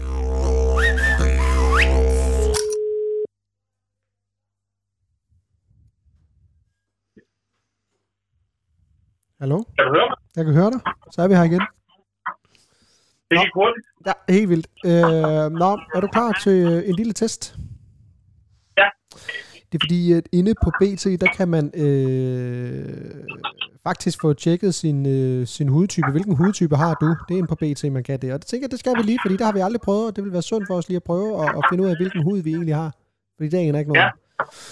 Speaker 4: Hallo?
Speaker 5: Kan du høre mig?
Speaker 4: Jeg kan høre dig. Så er vi her igen.
Speaker 5: Det gik hurtigt.
Speaker 4: Ja, helt vildt. Øh, nå, er du klar til en lille test?
Speaker 5: Ja.
Speaker 4: Det er fordi, at inde på B T, der kan man øh, faktisk få tjekket sin, øh, sin hudtype. Hvilken hudtype har du? Det er inde på B T, man kan det. Og det tænker jeg, det skal vi lige, fordi der har vi aldrig prøvet, og det vil være sundt for os lige at prøve at, at finde ud af, hvilken hud vi egentlig har. Fordi det er egentlig ikke noget.
Speaker 5: Ja.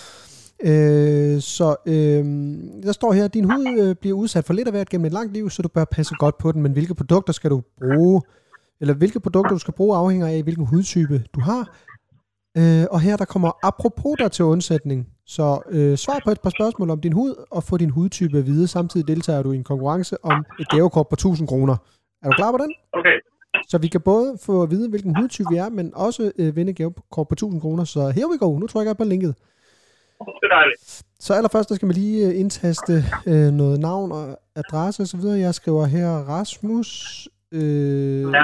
Speaker 4: Øh, så øh, der står her, at din hud øh, bliver udsat for lidt af hvert gennem et langt liv, så du bør passe godt på den. Men hvilke produkter skal du bruge? Eller hvilke produkter du skal bruge afhænger af, hvilken hudtype du har. Øh, og her der kommer apropos der til undsætning. Så øh, svar på et par spørgsmål om din hud, og få din hudtype at vide. Samtidig deltager du i en konkurrence om et gavekort på tusind kroner. Er du klar på den?
Speaker 5: Okay.
Speaker 4: Så vi kan både få at vide, hvilken hudtype vi er, men også øh, vinde et gavekort på tusind kroner. Så here we go. Nu trykker jeg på linket.
Speaker 5: Det er dejligt.
Speaker 4: Så allerførst, der skal man lige indtaste øh, noget navn og adresse og så videre. Jeg skriver her Rasmus øh,
Speaker 5: ja.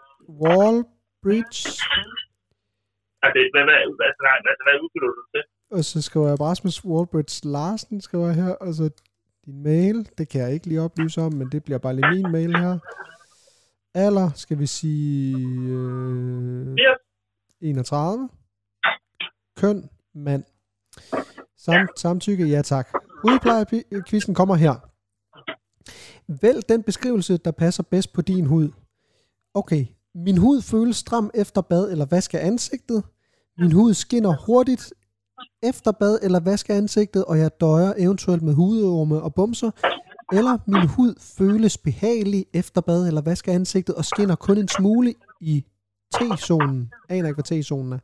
Speaker 4: Wallbridge.
Speaker 5: Altså, hvad, hvad, altså, nej, altså, hvad udfylder du til?
Speaker 4: Og så skriver jeg Rasmus Wallbridge Larsen, skriver jeg her. Og så din mail, det kan jeg ikke lige oplyse om, men det bliver bare lige min mail her. Alder, skal vi sige øh, enogtredive. Køn, mand. Sam, samtykke, ja tak. Hudplejekvisten kommer her. Vælg den beskrivelse, der passer bedst på din hud. Okay, min hud føles stram efter bad eller vask af ansigtet. Min hud skinner hurtigt efter bad eller vask af ansigtet, og jeg døjer eventuelt med hudorme og bumser. Eller min hud føles behagelig efter bad eller vask af ansigtet, og skinner kun en smule i T-zonen. Aner ikke, hvad T-zonen er.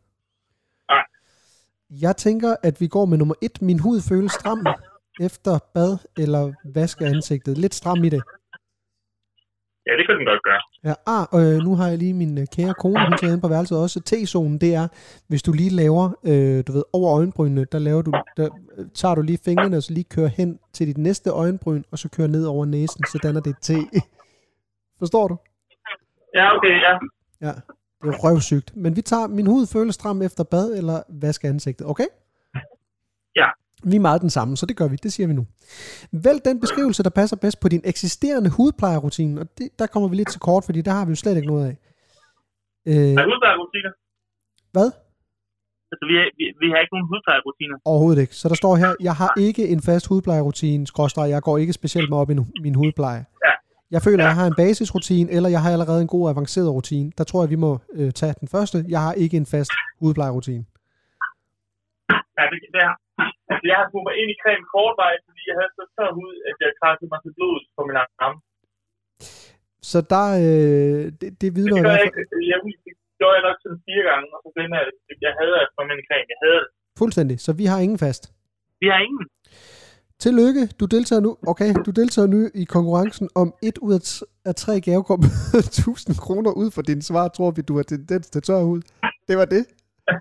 Speaker 4: Jeg tænker, at vi går med nummer et. Min hud føles stram efter bad eller vask af ansigtet. Lidt stram i det.
Speaker 5: Ja, det kan den godt gøre.
Speaker 4: Ja, ah, øh, nu har jeg lige min kære kone, hun tager inde på værelset også. T-zonen, det er, hvis du lige laver, øh, du ved, over øjenbrynene, der, laver du, der tager du lige fingrene, og så lige kører hen til dit næste øjenbryn, og så kører ned over næsen, så danner det et T. Forstår du?
Speaker 5: Ja, okay, ja.
Speaker 4: Ja. Det er røvsygt. Men vi tager, min hud føles stram efter bad eller vask ansigtet, okay?
Speaker 5: Ja.
Speaker 4: Vi er meget den samme, så det gør vi. Det siger vi nu. Vælg den beskrivelse, der passer bedst på din eksisterende hudplejerrutine. Og det, der kommer vi lidt til kort, fordi der har vi jo slet ikke noget af.
Speaker 5: Øh, er hudplejerrutiner?
Speaker 4: Hvad?
Speaker 5: Altså, vi, har, vi, vi har ikke nogen hudplejerrutiner.
Speaker 4: Overhovedet ikke. Så der står her, jeg har ikke en fast hudplejerrutine, skråstreg, jeg går ikke specielt meget op i min hudpleje.
Speaker 5: Ja.
Speaker 4: Jeg føler, at jeg har en basisrutine, eller jeg har allerede en god avanceret rutine. Der tror jeg, vi må øh, tage den første. Jeg har ikke en fast hudplejerrutine.
Speaker 5: Ja, det, det er. Altså, jeg har fået mig ind i creme kortvej, fordi jeg havde så tør hud, at jeg krassede mig til blod på min arm.
Speaker 4: Så der, øh, det, det vidner
Speaker 5: i hvert
Speaker 4: fald...
Speaker 5: Jeg, det gjorde jeg nok sådan fire gange, og så finder jeg det. Jeg havde altså for min creme. Jeg havde det.
Speaker 4: Fuldstændig. Så vi har ingen fast.
Speaker 5: Vi har ingen.
Speaker 4: Tillykke, du deltager nu. Okay, du deltager nu i konkurrencen om et ud af, t- af tre gavekort tusind kroner ud for din svar. Tror vi, du har tendens til tør hud. Det var det.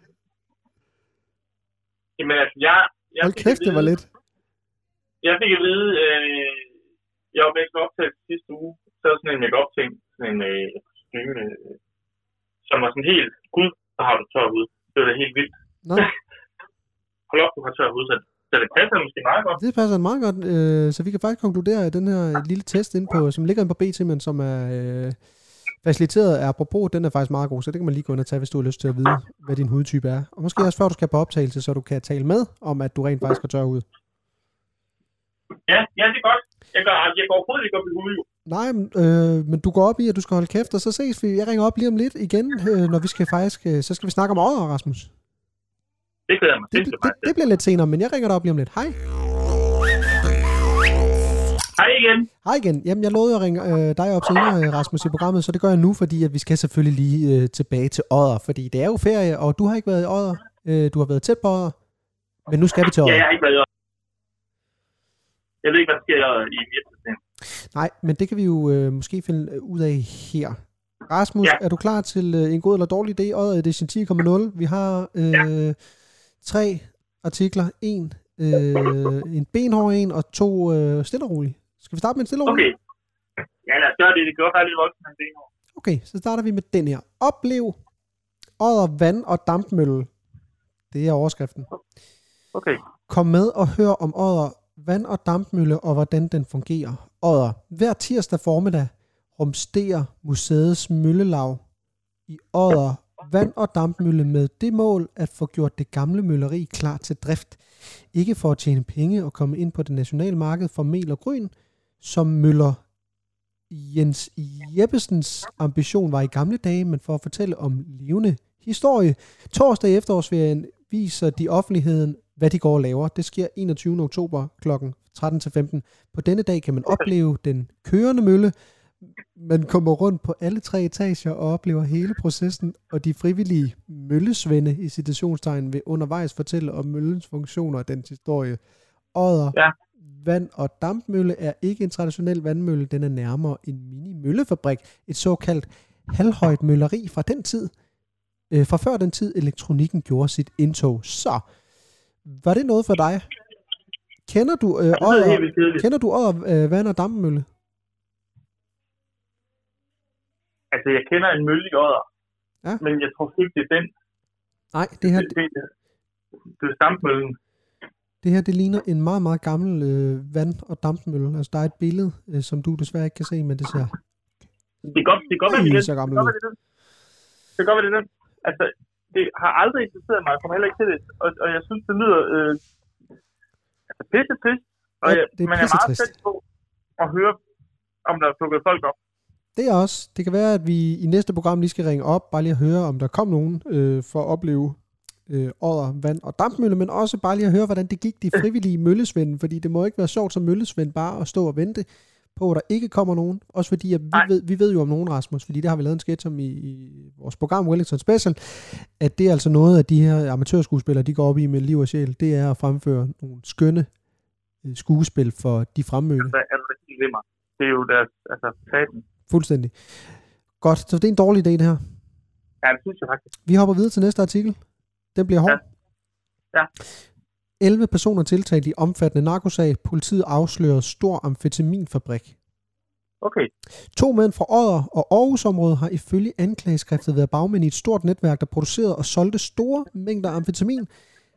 Speaker 5: Jamen altså, jeg... jeg
Speaker 4: Hold kæft, det var lidt.
Speaker 5: Jeg fik at vide, øh, jeg var med i optaget sidste uge, så var sådan en make-up-ting, sådan en øh, kostyme, øh, som var sådan helt, gud, så har du tør hud. Det var da helt vildt.
Speaker 4: Nå.
Speaker 5: hold op, du har tør udsat. Så det passer måske meget godt.
Speaker 4: Det passer meget godt, øh, så vi kan faktisk konkludere, at den her lille test inde på, som ligger inde på B T, men som er øh, faciliteret af apropos, den er faktisk meget god, så det kan man lige gå ind og tage, hvis du har lyst til at vide, hvad din hudtype er. Og måske også før du skal på optagelse, så du kan tale med om, at du rent faktisk har tør hud.
Speaker 5: Ja, ja, det er godt. Jeg går, jeg går overhovedet ikke op i hud, jo.
Speaker 4: Nej, øh, men du går op i, at du skal holde kæft, og så ses vi. Jeg ringer op lige om lidt igen, øh, når vi skal faktisk, øh, så skal vi snakke om odder, Rasmus.
Speaker 5: Det glæder mig.
Speaker 4: Det, det, det, det bliver lidt senere, men jeg ringer dig op lige om lidt. Hej.
Speaker 5: Hej igen.
Speaker 4: Hej igen. Jamen, jeg lovede at ringe øh, dig op senere, Rasmus, i programmet, så det gør jeg nu, fordi at vi skal selvfølgelig lige øh, tilbage til odder, fordi det er jo ferie, og du har ikke været i odder. Øh, du har været tæt på odder, men nu skal vi til odder.
Speaker 5: Ja, jeg har ikke været i odder. Jeg ved ikke, hvad der sker i virkeligheden.
Speaker 4: Nej, men det kan vi jo øh, måske finde ud af her. Rasmus, ja. Er du klar til øh, en god eller dårlig idé? Odder edition ti komma nul. Vi har øh, ja. tre artikler. En, øh, en benhård en og to øh, stille og rolig. Skal vi starte med en stille og rolig?
Speaker 5: Okay. Ja, lad os gøre det. Det gør faktisk lidt voldsomt med en benhård.
Speaker 4: Okay, så starter vi med den her. Oplev odder, vand og dampmølle. Det er overskriften.
Speaker 5: Okay.
Speaker 4: Kom med og hør om odder, vand og dampmølle og hvordan den fungerer. Odder. Hver tirsdag formiddag rumsterer museets møllelav i Odder vand- og dampmølle med det mål at få gjort det gamle mølleri klar til drift. Ikke for at tjene penge og komme ind på det nationale marked for mel og gryn, som møller Jens Jeppesens ambition var i gamle dage, men for at fortælle om levende historie. Torsdag i efterårsferien viser de offentligheden, hvad de går og laver. Det sker enogtyvende oktober klokken tretten til femten. På denne dag kan man opleve den kørende mølle. Man kommer rundt på alle tre etager og oplever hele processen, og de frivillige møllesvende i citationstegn vil undervejs fortælle om møllens funktioner og dens historie. Odder, ja. Vand- og dampmølle er ikke en traditionel vandmølle, den er nærmere en mini-møllefabrik, et såkaldt halvhøjt mølleri fra den tid, øh, fra før den tid elektronikken gjorde sit indtog. Så, var det noget for dig? Kender du øh, Odder, kender du Odder øh, vand- og dampmølle?
Speaker 5: Altså, jeg kender en mølle i Odder, ja. Men jeg tror ikke, det er den.
Speaker 4: Nej, det her...
Speaker 5: Det, det, det, det er dampmøllen.
Speaker 4: Det her, det ligner en meget, meget gammel øh, vand- og dampmølle. Altså, der er et billede, øh, som du desværre ikke kan se, men det ser...
Speaker 5: Det går det går det
Speaker 4: så gammel
Speaker 5: ud. Det går det den. Altså, det har aldrig interesseret mig. Jeg kommer heller ikke til det. Og, og jeg synes, det lyder... Øh, altså, pisse trist. Og
Speaker 4: ja,
Speaker 5: jeg,
Speaker 4: det er
Speaker 5: man er meget tæt på at høre, om der er plukket folk op.
Speaker 4: Det er også. Det kan være, at vi i næste program lige skal ringe op, bare lige at høre, om der kom nogen øh, for at opleve øh, odder, vand og dampmølle, men også bare lige at høre, hvordan det gik de frivillige møllesvende, fordi det må ikke være sjovt som møllesvend bare at stå og vente på, at der ikke kommer nogen. Også fordi, at vi, ved, vi ved jo om nogen, Rasmus, fordi det har vi lavet en sketch om i, i vores program Wellington Special, at det er altså noget, at de her amatørskuespillere, de går op i med liv og sjæl, det er at fremføre nogle skønne øh, skuespil for de fremmødte.
Speaker 5: Altså, er det rigtig glimmer? Det er jo deres, altså, faten.
Speaker 4: Fuldstændig. Godt, så det er en dårlig idé, det her.
Speaker 5: Ja, det synes jeg faktisk.
Speaker 4: Vi hopper videre til næste artikel. Den bliver hård.
Speaker 5: Ja. ja.
Speaker 4: elleve personer tiltalt i omfattende narkosag. Politiet afslører stor amfetaminfabrik.
Speaker 5: Okay.
Speaker 4: To mænd fra Odder og Aarhusområdet har ifølge anklageskriftet været bagmænd i et stort netværk, der producerede og solgte store mængder amfetamin.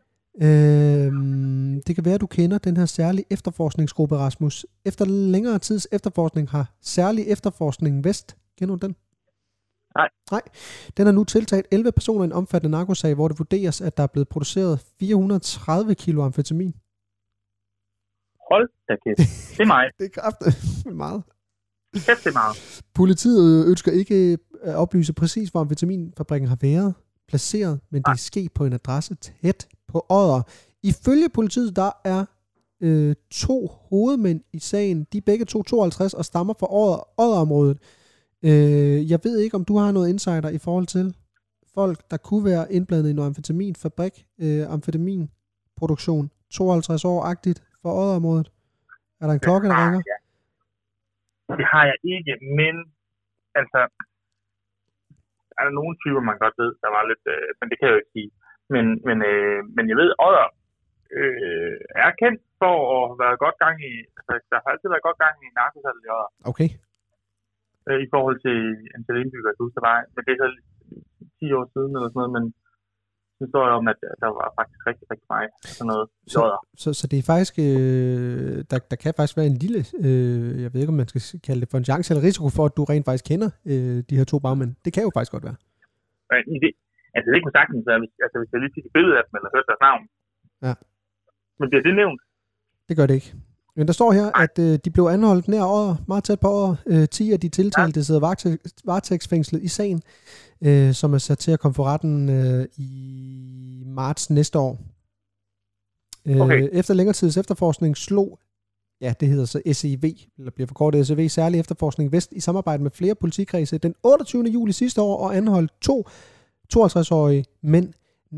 Speaker 4: Øhm, det kan være, at du kender den her særlige efterforskningsgruppe, Rasmus. Efter længere tids efterforskning har særlig efterforskning Vest. Kender du den?
Speaker 5: Nej.
Speaker 4: Nej. Den har nu tiltalt elleve personer i en omfattende narkosag, hvor det vurderes, at der er blevet produceret fire hundrede og tredive kilo amfetamin.
Speaker 5: Hold da kæft. Det er meget.
Speaker 4: Det er kraftigt meget.
Speaker 5: Kæft, det er meget.
Speaker 4: Politiet ønsker ikke at oplyse præcis, hvor amfetaminfabrikken har været placeret, men det er sket på en adresse tæt på Odder. Ifølge politiet, der er øh, to hovedmænd i sagen. De er begge to tooghalvtreds og stammer fra Odder, Odderområdet. Øh, jeg ved ikke, om du har noget insider i forhold til folk, der kunne være indblandet i noget amfetaminfabrik, øh, amfetaminproduktion, tooghalvtreds år-agtigt for Odderområdet. Er der en klokke, der ringer?
Speaker 5: Ja. Det har jeg ikke, men altså, er der nogle typer, man godt ved, der var lidt, øh, men det kan jeg jo ikke sige. Men, men, øh, men jeg ved, Odder øh, er kendt for at have været godt gang i, altså der har altid været godt gang i narkosalget i Odder.
Speaker 4: Okay.
Speaker 5: Øh, I forhold til antal indbyggere, jeg husker, der var, men det er så ti år siden eller sådan noget, men historie om, at der var faktisk rigtig, rigtig meget sådan noget lodder.
Speaker 4: Så, så, så det er faktisk, øh, der, der kan faktisk være en lille, øh, jeg ved ikke, om man skal kalde det for en chance eller risiko for, at du rent faktisk kender øh, de her to bagmænd. Det kan jo faktisk godt være.
Speaker 5: Det, altså det kunne sagtens være, hvis, altså, hvis jeg lige fik et billede af dem, eller hørte deres navn.
Speaker 4: Ja.
Speaker 5: Men bliver det nævnt?
Speaker 4: Det gør det ikke. Men der står her, at øh, de blev anholdt nær Odder, meget tæt på Odder. Øh, ti af de tiltalte ja. sidder varetæ- varetægtsfængslet i sagen, øh, som er sat til at komme for retten øh, i marts næste år. Øh,
Speaker 5: okay.
Speaker 4: Efter længere tids efterforskning slog, ja, det hedder så S E V, eller bliver forkortet S E V, særlig efterforskning Vest, i samarbejde med flere politikredse den otteogtyvende juli sidste år, og anholdt to tooghalvtreds-årige mænd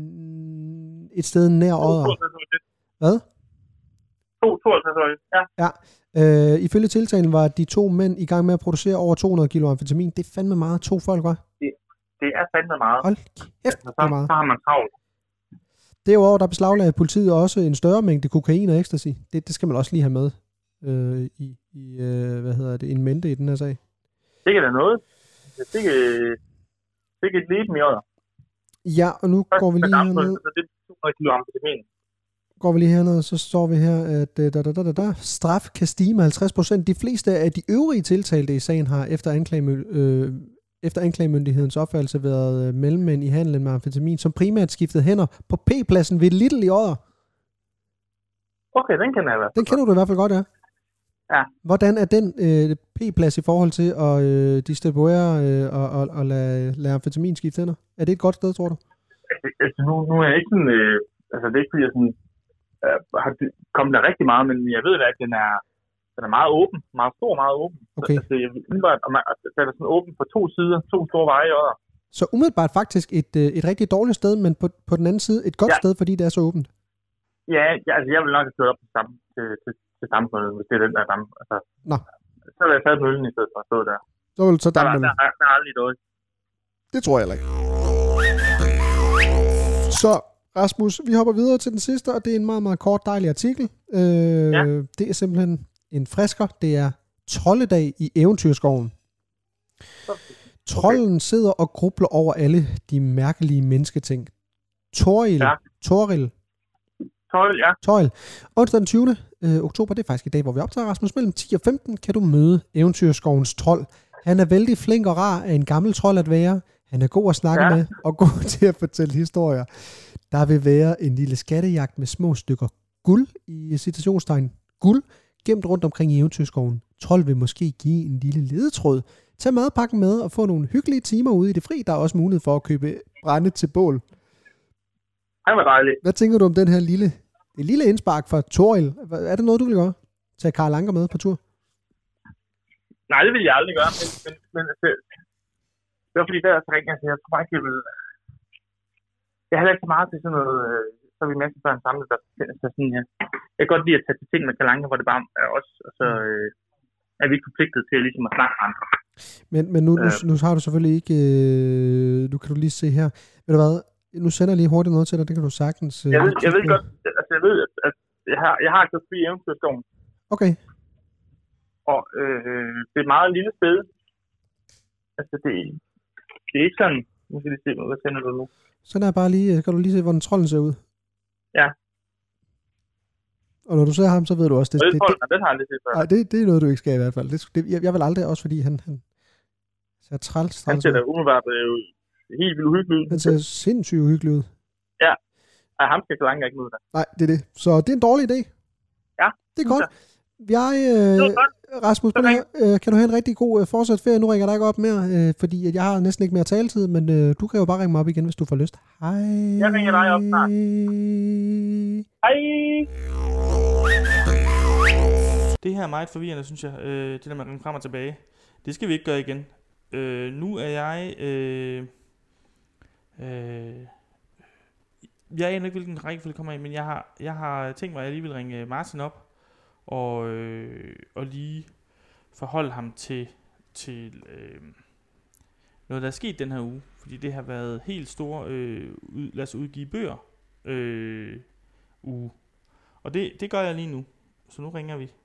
Speaker 4: et sted nær Odder. Hvad?
Speaker 5: tooghalvtreds-årige, ja.
Speaker 4: Ja. Øh, ifølge tiltalen var de to mænd i gang med at producere over to hundrede kilo amfetamin. Det er fandme meget. To folk, hva'?
Speaker 5: Det, det er fandme meget.
Speaker 4: Hold kæft,
Speaker 5: altså, så,
Speaker 4: det er meget.
Speaker 5: Så har man travlt.
Speaker 4: Derudover, der beslaglagde politiet også en større mængde kokain og ecstasy. Det, det skal man også lige have med øh, i, i øh, hvad hedder det, en mente i den her sag.
Speaker 5: Det er da noget. Det er ikke et leben i Odder.
Speaker 4: Ja, og nu Først, går vi lige herned.
Speaker 5: Så det er to hundrede kilo amfetamin.
Speaker 4: Går vi lige herned, så står vi her, at da, da, da, da, da, straf kan stige med halvtreds procent. De fleste af de øvrige tiltalte i sagen har efter, anklage, øh, efter anklagemyndighedens opfattelse været øh, mellemmænd i handlen med amfetamin, som primært skiftede hænder på P-pladsen ved Lidl i Odder.
Speaker 5: Okay, den kender jeg i hvert fald.
Speaker 4: Den kender du i hvert fald godt, ja.
Speaker 5: Ja.
Speaker 4: Hvordan er den øh, P-plads i forhold til at øh, distribuere øh, og, og, og lade, lade amfetamin skifte hænder? Er det et godt sted, tror du?
Speaker 5: Altså, nu, nu er jeg ikke sådan... Øh, altså, det er ikke fordi, jeg sådan... har kommet der rigtig meget, men jeg ved da, at den er, den er meget åben, meget stor, meget åben.
Speaker 4: Okay.
Speaker 5: Så, altså, jeg umiddelbart, at den er sådan åben på to sider, to store veje i Odder.
Speaker 4: Så umiddelbart faktisk et, et rigtig dårligt sted, men på, på den anden side et godt ja. sted, fordi det er så åbent?
Speaker 5: Ja, ja, altså jeg vil nok have stået op til, samme, til, til, til Damsmøllen, hvis det er den der dam. Altså,
Speaker 4: Nå.
Speaker 5: Så vil jeg tage møllen i stedet for at stå der.
Speaker 4: Så vil du tage Damsmøllen?
Speaker 5: Der, der, der, der er aldrig noget.
Speaker 4: Det tror jeg heller ikke. Så Rasmus, vi hopper videre til den sidste, og det er en meget, meget kort, dejlig artikel. Øh, ja. Det er simpelthen en frisker. Det er Troldedag i Eventyrskoven. Okay. Trolden sidder og grubler over alle de mærkelige mennesketing. Toril.
Speaker 5: Ja.
Speaker 4: Toril.
Speaker 5: Toril, ja.
Speaker 4: Toril. Onsdag den tyvende oktober, det er faktisk i dag, hvor vi optager, Rasmus, mellem ti og femten, kan du møde Eventyrskovens trold. Han er vældig flink og rar af en gammel trold at være. Han er god at snakke ja. med, og god til at fortælle historier. Der vil være en lille skattejagt med små stykker guld, i citationstegn guld, gemt rundt omkring i Eventyrskoven. Trold vil måske give en lille ledetråd. Tag madpakken med og få nogle hyggelige timer ude i det fri. Der er også mulighed for at købe brænde til bål.
Speaker 5: Det var dejligt.
Speaker 4: Hvad tænker du om den her lille, det lille indspark fra Toril? Er det noget, du vil gøre? Tage Karl Anker med på tur?
Speaker 5: Nej, det vil jeg aldrig gøre, men, men, men det var fordi der, så ringer jeg til, jeg tror ikke, jeg vil... Jeg har ikke så meget til sådan noget, så er vi masser af en samlet, der så sådan her. Jeg kan godt lide at tage til ting med Karl Anker, hvor det bare er os, og så øh, er vi ikke forpligtet til at, ligesom at snakke med andre.
Speaker 4: Men, men nu, øh. nu, nu har du selvfølgelig ikke, øh, nu kan du lige se her, ved du hvad, nu sender jeg lige hurtigt noget til dig, det kan du sagtens... Øh,
Speaker 5: jeg, ved, jeg ved godt, altså jeg ved, at jeg har, jeg har ikke fri Eventyrskoven.
Speaker 4: Okay.
Speaker 5: Og øh, det er et meget lille sted. Altså det, det er ikke sådan, nu skal vi se, hvad sender du nu?
Speaker 4: Så der er bare lige, kan du lige se, hvordan trolden ser ud?
Speaker 5: Ja.
Speaker 4: Og når du ser ham, så ved du også... Det,
Speaker 5: det,
Speaker 4: det,
Speaker 5: trolden, det, den har jeg lige set før.
Speaker 4: Nej, det, det er noget, du ikke skal i hvert fald. Det, det, jeg, jeg vil aldrig, også fordi han, han ser træls.
Speaker 5: Han ser da umiddelbart øh, helt vildt uhyggelig ud.
Speaker 4: Han ser sindssygt uhyggelig ud.
Speaker 5: Ja. Ej, ham skal Karl ikke ud der.
Speaker 4: Nej, det er det. Så det er en dårlig idé.
Speaker 5: Ja.
Speaker 4: Det er godt. Jeg, øh, Rasmus, her, øh, kan du have en rigtig god øh, fortsat ferie? Nu ringer jeg dig ikke op mere, øh, fordi at jeg har næsten ikke mere taletid, men øh, du kan jo bare ringe mig op igen, hvis du får lyst. Hej.
Speaker 5: Jeg ringer dig op snart. Hej.
Speaker 1: Det her er meget forvirrende, synes jeg, øh, det der med at ringe frem og tilbage. Det skal vi ikke gøre igen. Øh, nu er jeg... Øh, øh, jeg aner ikke, hvilken rækkefølge kommer i, men jeg har, jeg har tænkt mig, at jeg lige vil ringe Martin op, og, øh, og lige forholde ham til, til øh, noget, der er sket den her uge. Fordi det har været helt store, øh, ud, lad os udgive bøger, øh, uge. Og det, det gør jeg lige nu. Så nu ringer vi.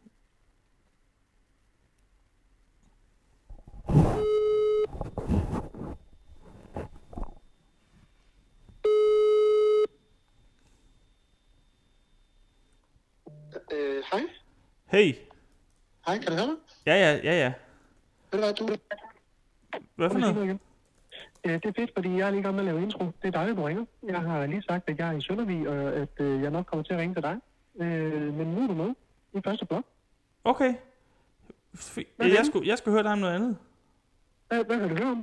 Speaker 2: Øh, hej.
Speaker 1: Hey.
Speaker 2: Hej, kan du høre mig?
Speaker 1: Ja, ja, ja, ja.
Speaker 2: Ved du hvad, du...
Speaker 1: Hvad for noget?
Speaker 2: noget øh, det er fedt, fordi jeg er lige i gang med at lave intro. Det er dejligt, du ringer. Jeg har lige sagt, at jeg er i Søndervig, og at øh, jeg nok kommer til at ringe til dig. Øh, men nu er du med i første blok.
Speaker 1: Okay. F- jeg, skulle, jeg skulle høre dig om noget andet.
Speaker 2: Hvad, hvad kan du høre om?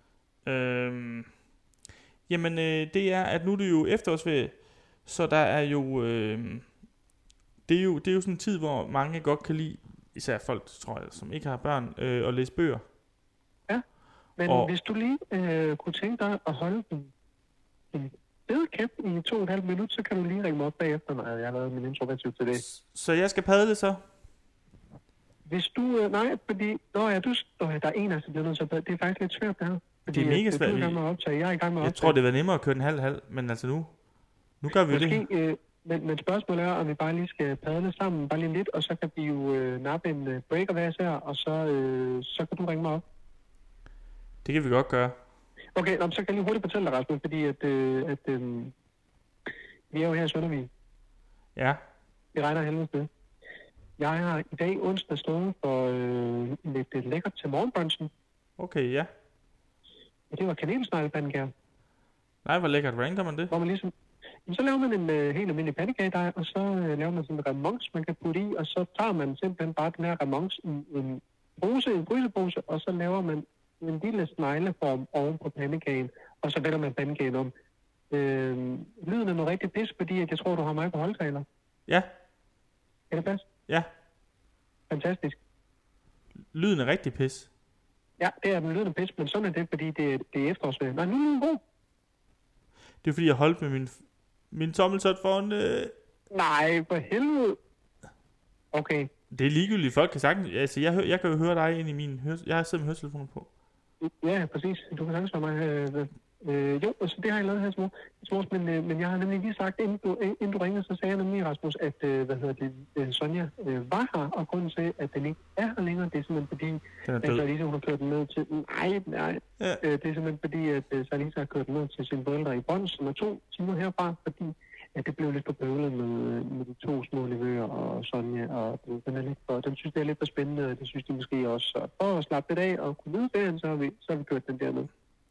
Speaker 1: Øhm, jamen, øh, det er, at nu er det jo efterårsferie, så der er jo, øh, det er jo, det er jo sådan en tid, hvor mange godt kan lide, især folk, tror jeg, som ikke har børn, øh, at læse bøger.
Speaker 2: Ja, men
Speaker 1: og,
Speaker 2: hvis du lige øh, kunne tænke dig at holde en, en bedre kæft i to og et halvt minut, så kan du lige ringe mig op bagefter, når jeg har lavet min intro til det.
Speaker 1: Så jeg skal padle så?
Speaker 2: Hvis du, øh, nej, fordi, nå ja, du, øh, der er en, der bliver nødt til at padle. Det er faktisk lidt svært, det her. Fordi,
Speaker 1: det er mega svært.
Speaker 2: Du er i gang med at optage, jeg er i gang med at
Speaker 1: Jeg
Speaker 2: optage.
Speaker 1: tror, det var nemmere at køre den halv-halv, men altså nu, nu gør vi
Speaker 2: Måske,
Speaker 1: det.
Speaker 2: Øh, men, men spørgsmålet er, om vi bare lige skal padle sammen, bare lige lidt, og så kan vi jo øh, nappe en øh, breaker hver især, og så, øh, så kan du ringe mig op.
Speaker 1: Det kan vi godt gøre.
Speaker 2: Okay, nå, så kan jeg lige hurtigt fortælle dig, Rasmus, fordi at, øh, at øh, vi er jo her i Søndervig.
Speaker 1: Ja.
Speaker 2: Vi regner helvedes med. Jeg har i dag onsdag stået for øh, lidt øh, lækkert til morgenbrunchen.
Speaker 1: Okay, ja.
Speaker 2: Og det var kanelsneglepandekager.
Speaker 1: Nej, hvor lækkert. Hvordan gør man det?
Speaker 2: Hvor man ligesom... Jamen, så laver man en øh, helt almindelig pandekagedej, og så øh, laver man sådan en remons, man kan putte i, og så tager man simpelthen bare den her remons i en pose, en frysepose, og så laver man en lille snegleform oven på pandekagen, og så vender man pandekagen om. Øh, lyden er noget rigtig pis, fordi at jeg tror, du har mig på højtaler.
Speaker 1: Ja.
Speaker 2: Kan det passe?
Speaker 1: Ja.
Speaker 2: Fantastisk.
Speaker 1: Lyden er rigtig pis.
Speaker 2: Ja, det er den lyden af pis, men sådan er det, fordi det, det er efterårsferie. Nej, nu er den god.
Speaker 1: Det er fordi, jeg holdt med min, min tommelsot foran... Øh...
Speaker 2: Nej, for helvede. Okay.
Speaker 1: Det er ligegyldigt. Folk kan sagtens... Altså, jeg, hø- jeg kan jo høre dig ind i min... Hør- jeg har siddet med høretelefoner på.
Speaker 2: Ja, præcis. Du kan sagtens høre mig. Øh, øh, jo, altså det har jeg lavet her små. små men, øh, men jeg har nemlig lige sagt, inden du, inden du ringede, så sagde jeg nemlig, Rasmus, at øh, hvad hedder det, øh, Sonja øh, var her, og grunden til, at den ikke er her længere, det er simpelthen fordi, at Salisa, hun har kørt den ned til... Nej, nej.
Speaker 1: Ja.
Speaker 2: Øh, det er simpelthen fordi, at øh, Salisa har kørt den ned til sine forældre i Brøns, som er to timer herfra, fordi at det blev lidt for bøvlet med, med de to små nevøer og Sonja, og den, er lidt for, den synes, det er lidt for spændende, og det synes de måske også. Så for at slappe det af og kunne vide ferien, så har vi, så har vi kørt den dernede.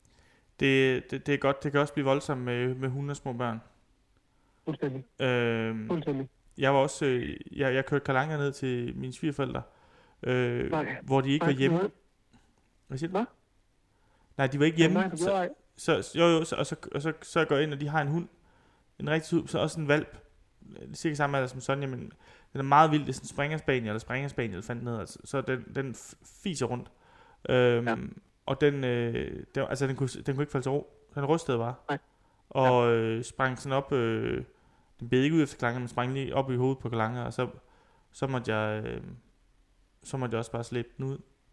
Speaker 1: Det, det, det er godt. Det kan også blive voldsomt med, med hunde og små børn.
Speaker 2: Fuldstændig.
Speaker 1: Øhm,
Speaker 2: Fuldstændig.
Speaker 1: Jeg var også... Øh, jeg, jeg kørte Kalanka ned til mine svigerforældre, øh, hvor de ikke
Speaker 2: nej,
Speaker 1: var hjemme.
Speaker 2: Nej.
Speaker 1: Hvad siger du?
Speaker 2: Hvad?
Speaker 1: Nej, de var ikke hjemme.
Speaker 2: Ja, nej,
Speaker 1: så, så, så, jo, jo, så, og, så, og så, så går jeg ind, og de har en hund. En rigtig hund, så også en valp. Cirka samme alder som Sonja, men den er meget vild. Det er sådan en springerspaniel, eller springerspaniel, fandt ned. Altså, så den, den fiser rundt. Øhm, ja. Og den, øh, den, altså, den, kunne, den kunne ikke falde til ro. Den rystede bare.
Speaker 2: Nej.
Speaker 1: Og øh, sprang sådan op. Øh, den bed ikke ud efter Kalanka, men sprang lige op i hovedet på Kalanka. Og så, så måtte jeg øh, så måtte jeg også bare slæbe den ud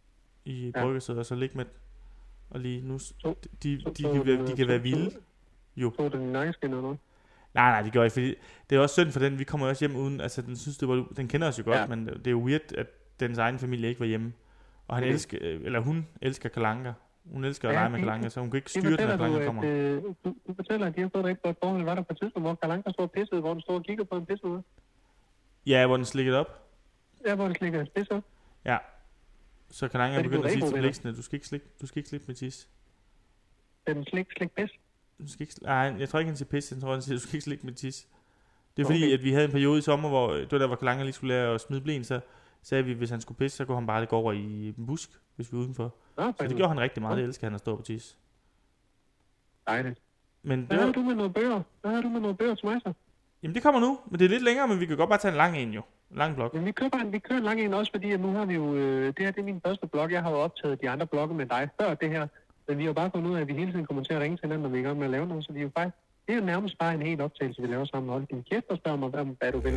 Speaker 1: i ja. bryggersædet, og så ligge med den. Og lige nu, de, de, de, de, kan, være, de kan være vilde. Jo.
Speaker 2: Så den nakkeskin eller noget?
Speaker 1: Nej, nej, det gør jeg, fordi det er også synd for den. Vi kommer også hjem uden, altså den synes det var, den kender os jo godt, ja. Men det er jo weird, at dens egen familie ikke var hjemme. Og han okay. elsker, eller hun elsker Kalanka. Hun elsker ja, at lege med Kalanka, så hun kan ikke styre den, når Kalanka kommer.
Speaker 2: Øh, du, du fortæller, at de har fået rigtig godt forhold. Var der på et tidspunkt, hvor Kalanka stod og pissede, hvor den stod og kiggede på en pisse ude?
Speaker 1: Ja, hvor den slikkede op.
Speaker 2: Ja, hvor den slikkede en pisse op.
Speaker 1: Ja. Så Kalanka begyndte at sige til blæksene, du skal ikke slikke, du skal ikke slikke med tis.
Speaker 2: Den slik, slik pis?
Speaker 1: Du skal ikke, nej, jeg tror ikke, han siger pis. Jeg tror, han siger, du skal ikke slikke med tis. Det er okay. Fordi, at vi havde en periode i sommer, hvor det var der, hvor Kalanka lige skulle lære at smide blæen, så sagde vi, at hvis han skulle pisse, så kunne han bare gå over i en busk, hvis vi er udenfor. Ja, så det gjorde han rigtig meget. Det elsker han at stå på tis.
Speaker 2: Dejligt.
Speaker 1: Men
Speaker 2: hvad har du med noget bøger? Hvad har du med noget bøger til mig så?
Speaker 1: Jamen det kommer nu, men det er lidt længere, men vi kan godt bare tage en lang en jo. En lang blog.
Speaker 2: Jamen vi kører, en, vi kører en lang en også, fordi at nu har vi jo, øh, det her det er min første blog. Jeg har jo optaget de andre blogge med dig før det her. Men vi har jo bare fundet ud af, at vi hele tiden kommer til at ringe til hinanden, når vi er i gang med at lave noget. Så vi er jo faktisk, det er jo nærmest bare en hel optagelse, vi laver sammen. Hold din kæft og spørg mig, hvad, hvad du vil.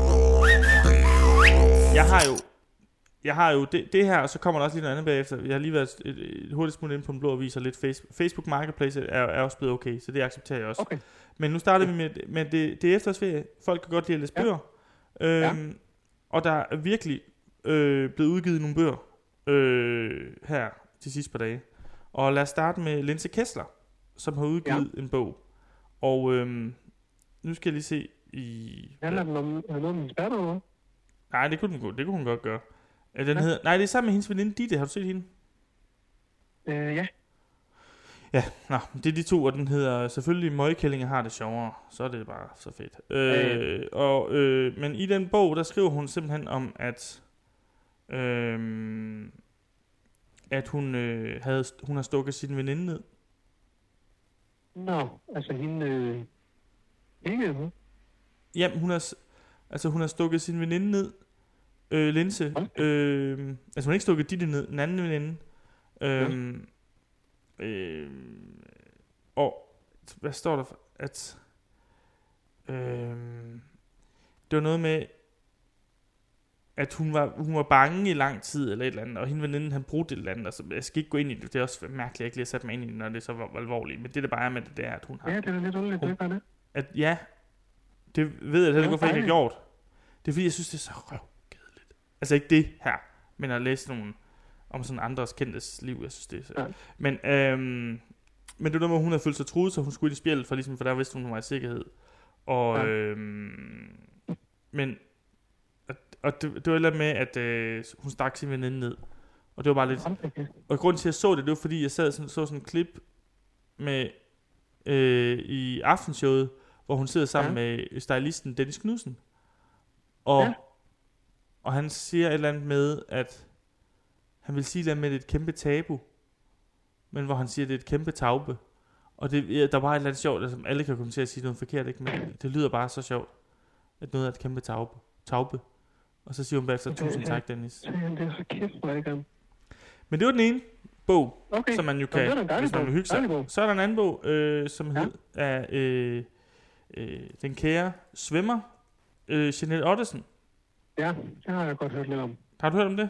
Speaker 1: Jeg har jo, jeg har jo det, det her, og så kommer der også lige noget andet bagefter. Jeg har lige været et, et hurtigt smut ind på en blå avis og lidt face, Facebook Marketplace er, er også blevet okay, så det accepterer jeg også.
Speaker 2: Okay.
Speaker 1: Men nu starter vi med, med det, det er efterårsferie. Folk kan godt lide at læse bøger. Ja. Øhm, ja. Og der er virkelig øh, blevet udgivet nogle bøger øh, her til sidste par dage. Og lad os starte med Linse Kessler, som har udgivet ja. en bog. Og øhm, nu skal jeg lige se i...
Speaker 2: Handler den om noget med min spærter, eller?
Speaker 1: Nej, det kunne, den, det kunne hun godt gøre. Den ja.
Speaker 2: Ja.
Speaker 1: hedder, nej, det er sammen med hendes veninde Ditte. Har du set hende?
Speaker 2: Øh, ja.
Speaker 1: Ja, nå, det er de to, og den hedder selvfølgelig Møgkællinger har det sjovere. Så er det bare så fedt. Øh,
Speaker 2: ja.
Speaker 1: og, øh, men i den bog, der skriver hun simpelthen om, at øh, at hun, øh, havde, hun har stukket sin veninde ned.
Speaker 2: Nå, altså hende... Øh, ikke nu.
Speaker 1: Jamen, hun har, altså, hun har stukket sin veninde ned. Øh, Linse. Øh, altså, hun har ikke stukket Ditte ned. Den anden veninde. Øh, øh, og hvad står der for? At øh, det var noget med, at hun var, hun var bange i lang tid, eller et eller andet, og hende veninden havde brudt et eller andet. Altså, jeg skal ikke gå ind i det. Det er også mærkeligt, at jeg ikke lige har sat mig ind i det, når det er så alvorligt. Men det, der bare er med det, det er, at hun har...
Speaker 2: Ja, det er lidt underligt, det er det.
Speaker 1: At ja, det ved jeg heller ikke, hvorfor jeg ikke har gjort. Det er fordi, jeg synes, det er så røvkedeligt. Altså ikke det her, men at læse nogle om sådan andres kendtes liv, jeg synes det er så. Ja. Men, øhm, men det var noget med, at hun havde følt sig truet, så hun skulle i spjældet, for, ligesom, for der vidste hun, hun var i sikkerhed. Og, ja. øhm, men, og, og det, det var lidt med, at øh, hun stak sin veninde ned. Og det var bare lidt... Og grunden til, at jeg så det, det var fordi, jeg sad sådan, så sådan en klip med øh, i aftenshowet, hvor hun sidder sammen ja. med stylisten Dennis Knudsen. Og, ja. og han siger et eller andet med, at han vil sige et eller andet med, at det er et kæmpe tabu. Men hvor han siger, at det er et kæmpe taube. Og det, ja, der var et eller andet sjovt, som alle kan komme til at sige noget forkert, ikke? Men det lyder bare så sjovt, at noget er et kæmpe taube. taube. Og så siger hun bagefter, tusind tak, Dennis.
Speaker 2: Det er så kæft, hvor jeg kan.
Speaker 1: Men det var den ene bog,
Speaker 2: okay.
Speaker 1: som man jo kan,
Speaker 2: Nå,
Speaker 1: hvis man vil hygge sig. Så er der en anden bog, øh, som ja. hed af øh, øh, den kære svømmer, øh, Jeanette Ottesen.
Speaker 2: Ja, det har jeg godt hørt lidt om.
Speaker 1: Har du hørt om det?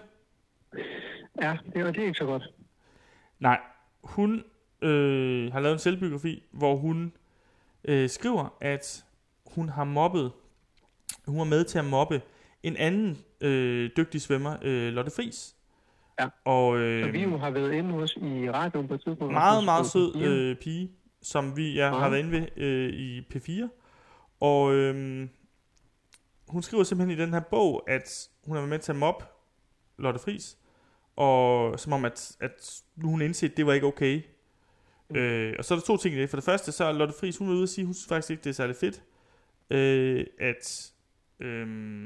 Speaker 2: Ja, det er, det er ikke så godt.
Speaker 1: Nej, hun øh, har lavet en selvbiografi, hvor hun øh, skriver, at hun har mobbet, hun var med til at mobbe en anden øh, dygtig svømmer, øh, Lotte Friis.
Speaker 2: Ja,
Speaker 1: og, øh,
Speaker 2: så vi jo har været inde hos i radioen på et tidspunkt.
Speaker 1: Meget, meget sød øh, pige, som vi jeg har været inde ved øh, i P fire. Og øh, hun skriver simpelthen i den her bog, at hun har været med til at mobbe Lotte Friis. Og som om, at, at nu hun indset, at det var ikke okay. Mm. Øh, og så er der to ting i det. For det første, så er Lotte Friis, hun er ude at sige, hun synes faktisk ikke, det er særlig fedt, øh, at øh,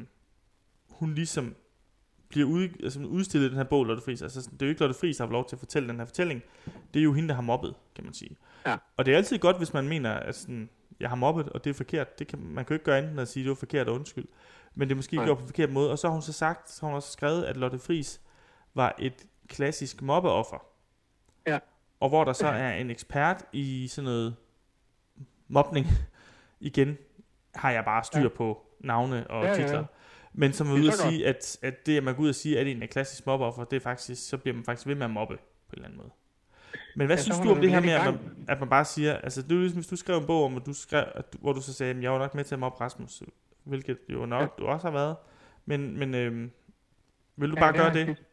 Speaker 1: hun ligesom bliver ud, altså udstillet i den her bog, Lotte Friis. Altså, det er jo ikke Lotte Friis, der har lov til at fortælle den her fortælling. Det er jo hende, der har mobbet, kan man sige.
Speaker 2: Ja.
Speaker 1: Og det er altid godt, hvis man mener, at sådan, jeg har mobbet, og det er forkert. Det kan, man kan jo ikke gøre andet end at sige, at det var forkert og undskyld. Men det er måske gjort på en forkert måde. Og så har hun så sagt, så har hun også skrevet, at Lotte Friis var et klassisk mobbeoffer.
Speaker 2: Ja.
Speaker 1: Og hvor der så er en ekspert i sådan noget mobning. Igen har jeg bare styr ja. på navne og ja, titler. Ja, ja. Men som er ude at sige, at, at det, at man går ud og sige, at en er klassisk mobbeoffer, det er faktisk, så bliver man faktisk ved med at mobbe på en eller anden måde. Men hvad ja, synes du om det her med, at man, at man bare siger, altså det er ligesom, hvis du skrev en bog om, at du skrev, at du, hvor du så sagde, at jeg var nok med til at mobbe Rasmus, hvilket jo nok ja. du også har været. Men, men øhm, vil du ja, bare det gøre det? det?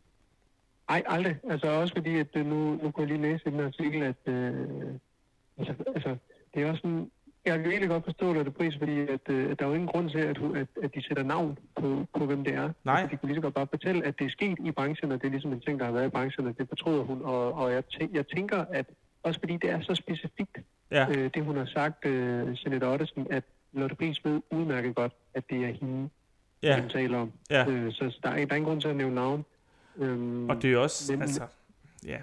Speaker 2: Nej, aldrig. Altså også fordi, at nu, nu kunne jeg lige læse i den artikel, at øh, altså, altså, det er også sådan, jeg kan virkelig godt forstå Lotte Friis, fordi at, øh, at der er jo ingen grund til, at, at, at de sætter navn på, på, hvem det er.
Speaker 1: Nej.
Speaker 2: Altså, de kunne lige så godt bare fortælle, at det er sket i branchen, og det er ligesom en ting, der har været i branchen, og det fortryder hun. Og, og jeg, tæ- jeg tænker, at også fordi det er så specifikt,
Speaker 1: ja.
Speaker 2: øh, det hun har sagt, øh, Jeanette Ottesen, at Lotte Friis ved udmærket godt, at det er hende,
Speaker 1: ja.
Speaker 2: hun taler om.
Speaker 1: Ja.
Speaker 2: Øh, så der er, der er ingen grund til at nævne navn. Øhm,
Speaker 1: og det er også,
Speaker 2: men,
Speaker 1: altså, ja.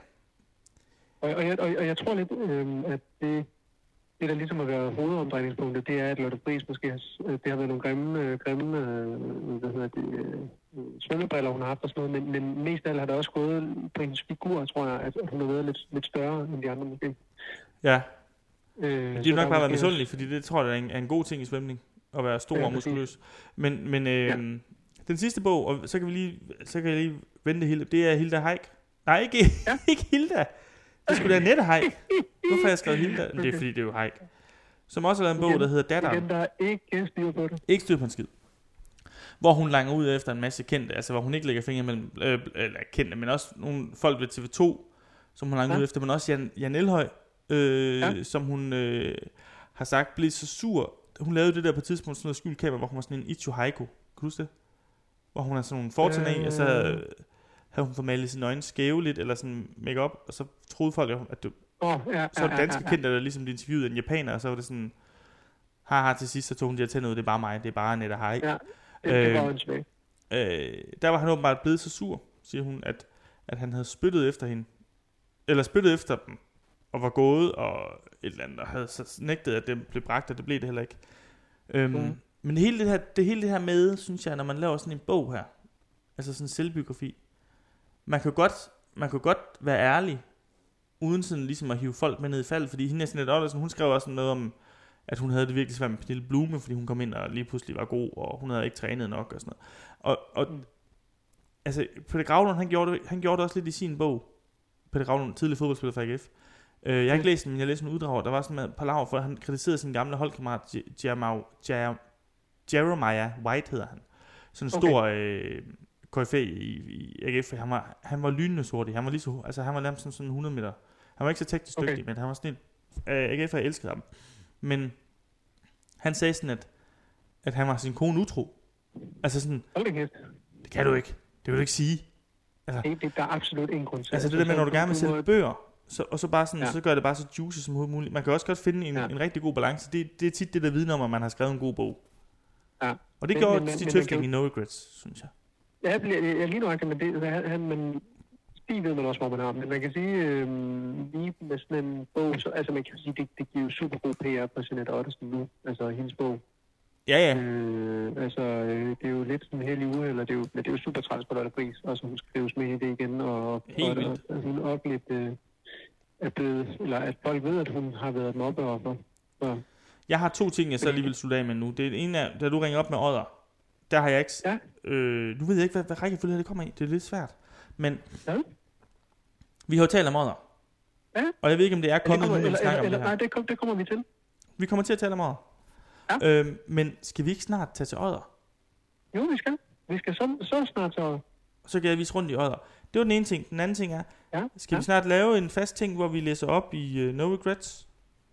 Speaker 2: Og, og, jeg, og, og jeg tror lidt, øhm, at det, det, der ligesom har været hovedomdrejningspunktet, det er, at Lotte Friis måske har, det har været nogle grimme, grimme øh, hvad hedder det, øh, svømmebriller, hun har haft og sådan noget, men, men mest af alt har det også gået på hendes figur, tror jeg, at, at hun har været lidt, lidt større end de andre måske.
Speaker 1: Ja.
Speaker 2: Øh,
Speaker 1: det er nok bare været misundelige, fordi det tror jeg er en, er en god ting i svømning, at være stor ja, og muskuløs. Men, men øh, ja. den sidste bog, og så kan vi lige, så kan jeg lige vente Hilda, det er Hilda Haik. Nej, ikke, ja. ikke Hilda. Det skulle da Nette Haik. Hvorfor har jeg skrevet Hilda? Okay. Det er fordi, det er jo Haik. Som også har lavet en bog, igen, der hedder Datteren.
Speaker 2: Igen, der er ikke styr på det.
Speaker 1: Ikke styr på en skid. Hvor hun langer ud efter en masse kendte, altså hvor hun ikke lægger fingre mellem, øh, eller kendte, men også nogle folk ved T V to, som hun langer ja. ud efter, men også Jan, Jan Elhøj, øh, ja. som hun øh, har sagt, blev så sur. Hun lavede det der på et tidspunkt, sådan noget skjult kamera, hvor hun var sådan en Ichigo Haiku. Kan du huske det? hvor hun har sådan nogle fortænder øh. i, og så havde hun formalet sine øjne skæve lidt, eller sådan make-up, og så troede folk, at det
Speaker 2: oh, ja,
Speaker 1: så var det danske
Speaker 2: ja, ja, ja.
Speaker 1: kendt, der ligesom interviewede en japaner, og så var det sådan, haha, til sidst, så tog hun de her tænder ud, det er bare mig, det er bare Annette Haik.
Speaker 2: Ja, det, øh, det var en smæk.
Speaker 1: Øh, der var han åbenbart blevet så sur, siger hun, at, at han havde spyttet efter hende, eller spyttet efter dem, og var gået, og et eller andet, og havde så nægtet, at det blev bragt, og det blev det heller ikke. Øhm, mm. Men det hele det, her, det hele det her med, synes jeg, når man laver sådan en bog her, altså sådan en selvbiografi, man kan godt, man kan godt være ærlig, uden sådan ligesom at hive folk med ned i fald, fordi hende er sådan lidt Ottesen, hun skrev også noget om, at hun havde det virkelig svært med Pernille Blume, fordi hun kom ind og lige pludselig var god, og hun havde ikke trænet nok og sådan noget. Og, og mm. altså, Peter Gravlund, han gjorde, det, han gjorde det også lidt i sin bog. Peter Gravlund, tidligere fodboldspiller for A G F. Uh, jeg har ikke læst den, men jeg læste en uddrag, der var sådan et par laver, for han kritiserede sin gamle holdkammerat, Jeremiah White hedder han. Sådan en stor øh, K F A i, i A G F, han var, han var lynende hurtig, han var lige så, altså han var nærmest sådan, sådan hundrede meter. Han var ikke så teknisk dygtig, okay. Men han var sådan en, øh, A G F, jeg elskede ham. Men han sagde sådan, at, at han var sin kone utro. Altså sådan, det kan du ikke, det vil du ikke sige. Altså,
Speaker 2: det, det, der er absolut ingen grund til.
Speaker 1: Altså det der med, når du gerne vil sælge bøger, så, og så bare sådan, ja. Så gør det bare så juicy som overhovedet muligt. Man kan også godt finde en, ja. en rigtig god balance. Det, det er tit det, der vidner om, at man har skrevet en god bog.
Speaker 2: Ja.
Speaker 1: Og det men, gjorde de Tøfting i No Regrets, synes jeg.
Speaker 2: Ja, jeg, jeg, jeg lige nu men det, han, men Stig ved man også, hvor man har. Men man kan sige, øh, lige med sådan en bog, så, altså man kan sige, det, det giver jo super god P R på Jeanette Ottesen nu, altså hendes bog.
Speaker 1: Ja, ja.
Speaker 2: Øh, altså, øh, det er jo lidt sådan en hellig uge, eller det er jo, det er jo super træls på Lotte Friis, og så hun skrives med i det igen, og,
Speaker 1: helt
Speaker 2: og, og, og hun oplevet, øh, at, blevet, eller at folk ved, at hun har været mobbeoffer. Så.
Speaker 1: Jeg har to ting, jeg så lige vil slutte af med nu. Det er en af, da du ringer op med Odder, der har jeg ikke...
Speaker 2: Ja.
Speaker 1: Øh, nu ved jeg ikke, hvad, hvad rækkefølge det kommer i. Det er lidt svært. Men
Speaker 2: ja.
Speaker 1: Vi har jo talt om Odder.
Speaker 2: Ja.
Speaker 1: Og jeg ved ikke, om det er kommet nu, når vi snakker om
Speaker 2: eller,
Speaker 1: det her.
Speaker 2: Nej, det, kom, det kommer vi til.
Speaker 1: Vi kommer til at tale om Odder.
Speaker 2: Ja.
Speaker 1: Øhm, men skal vi ikke snart tage til Odder?
Speaker 2: Jo, vi skal. Vi skal så, så snart til Odder.
Speaker 1: Så kan jeg vise rundt i Odder. Det var den ene ting. Den anden ting er,
Speaker 2: ja.
Speaker 1: skal
Speaker 2: ja.
Speaker 1: vi snart lave en fast ting, hvor vi læser op i uh, No Regrets?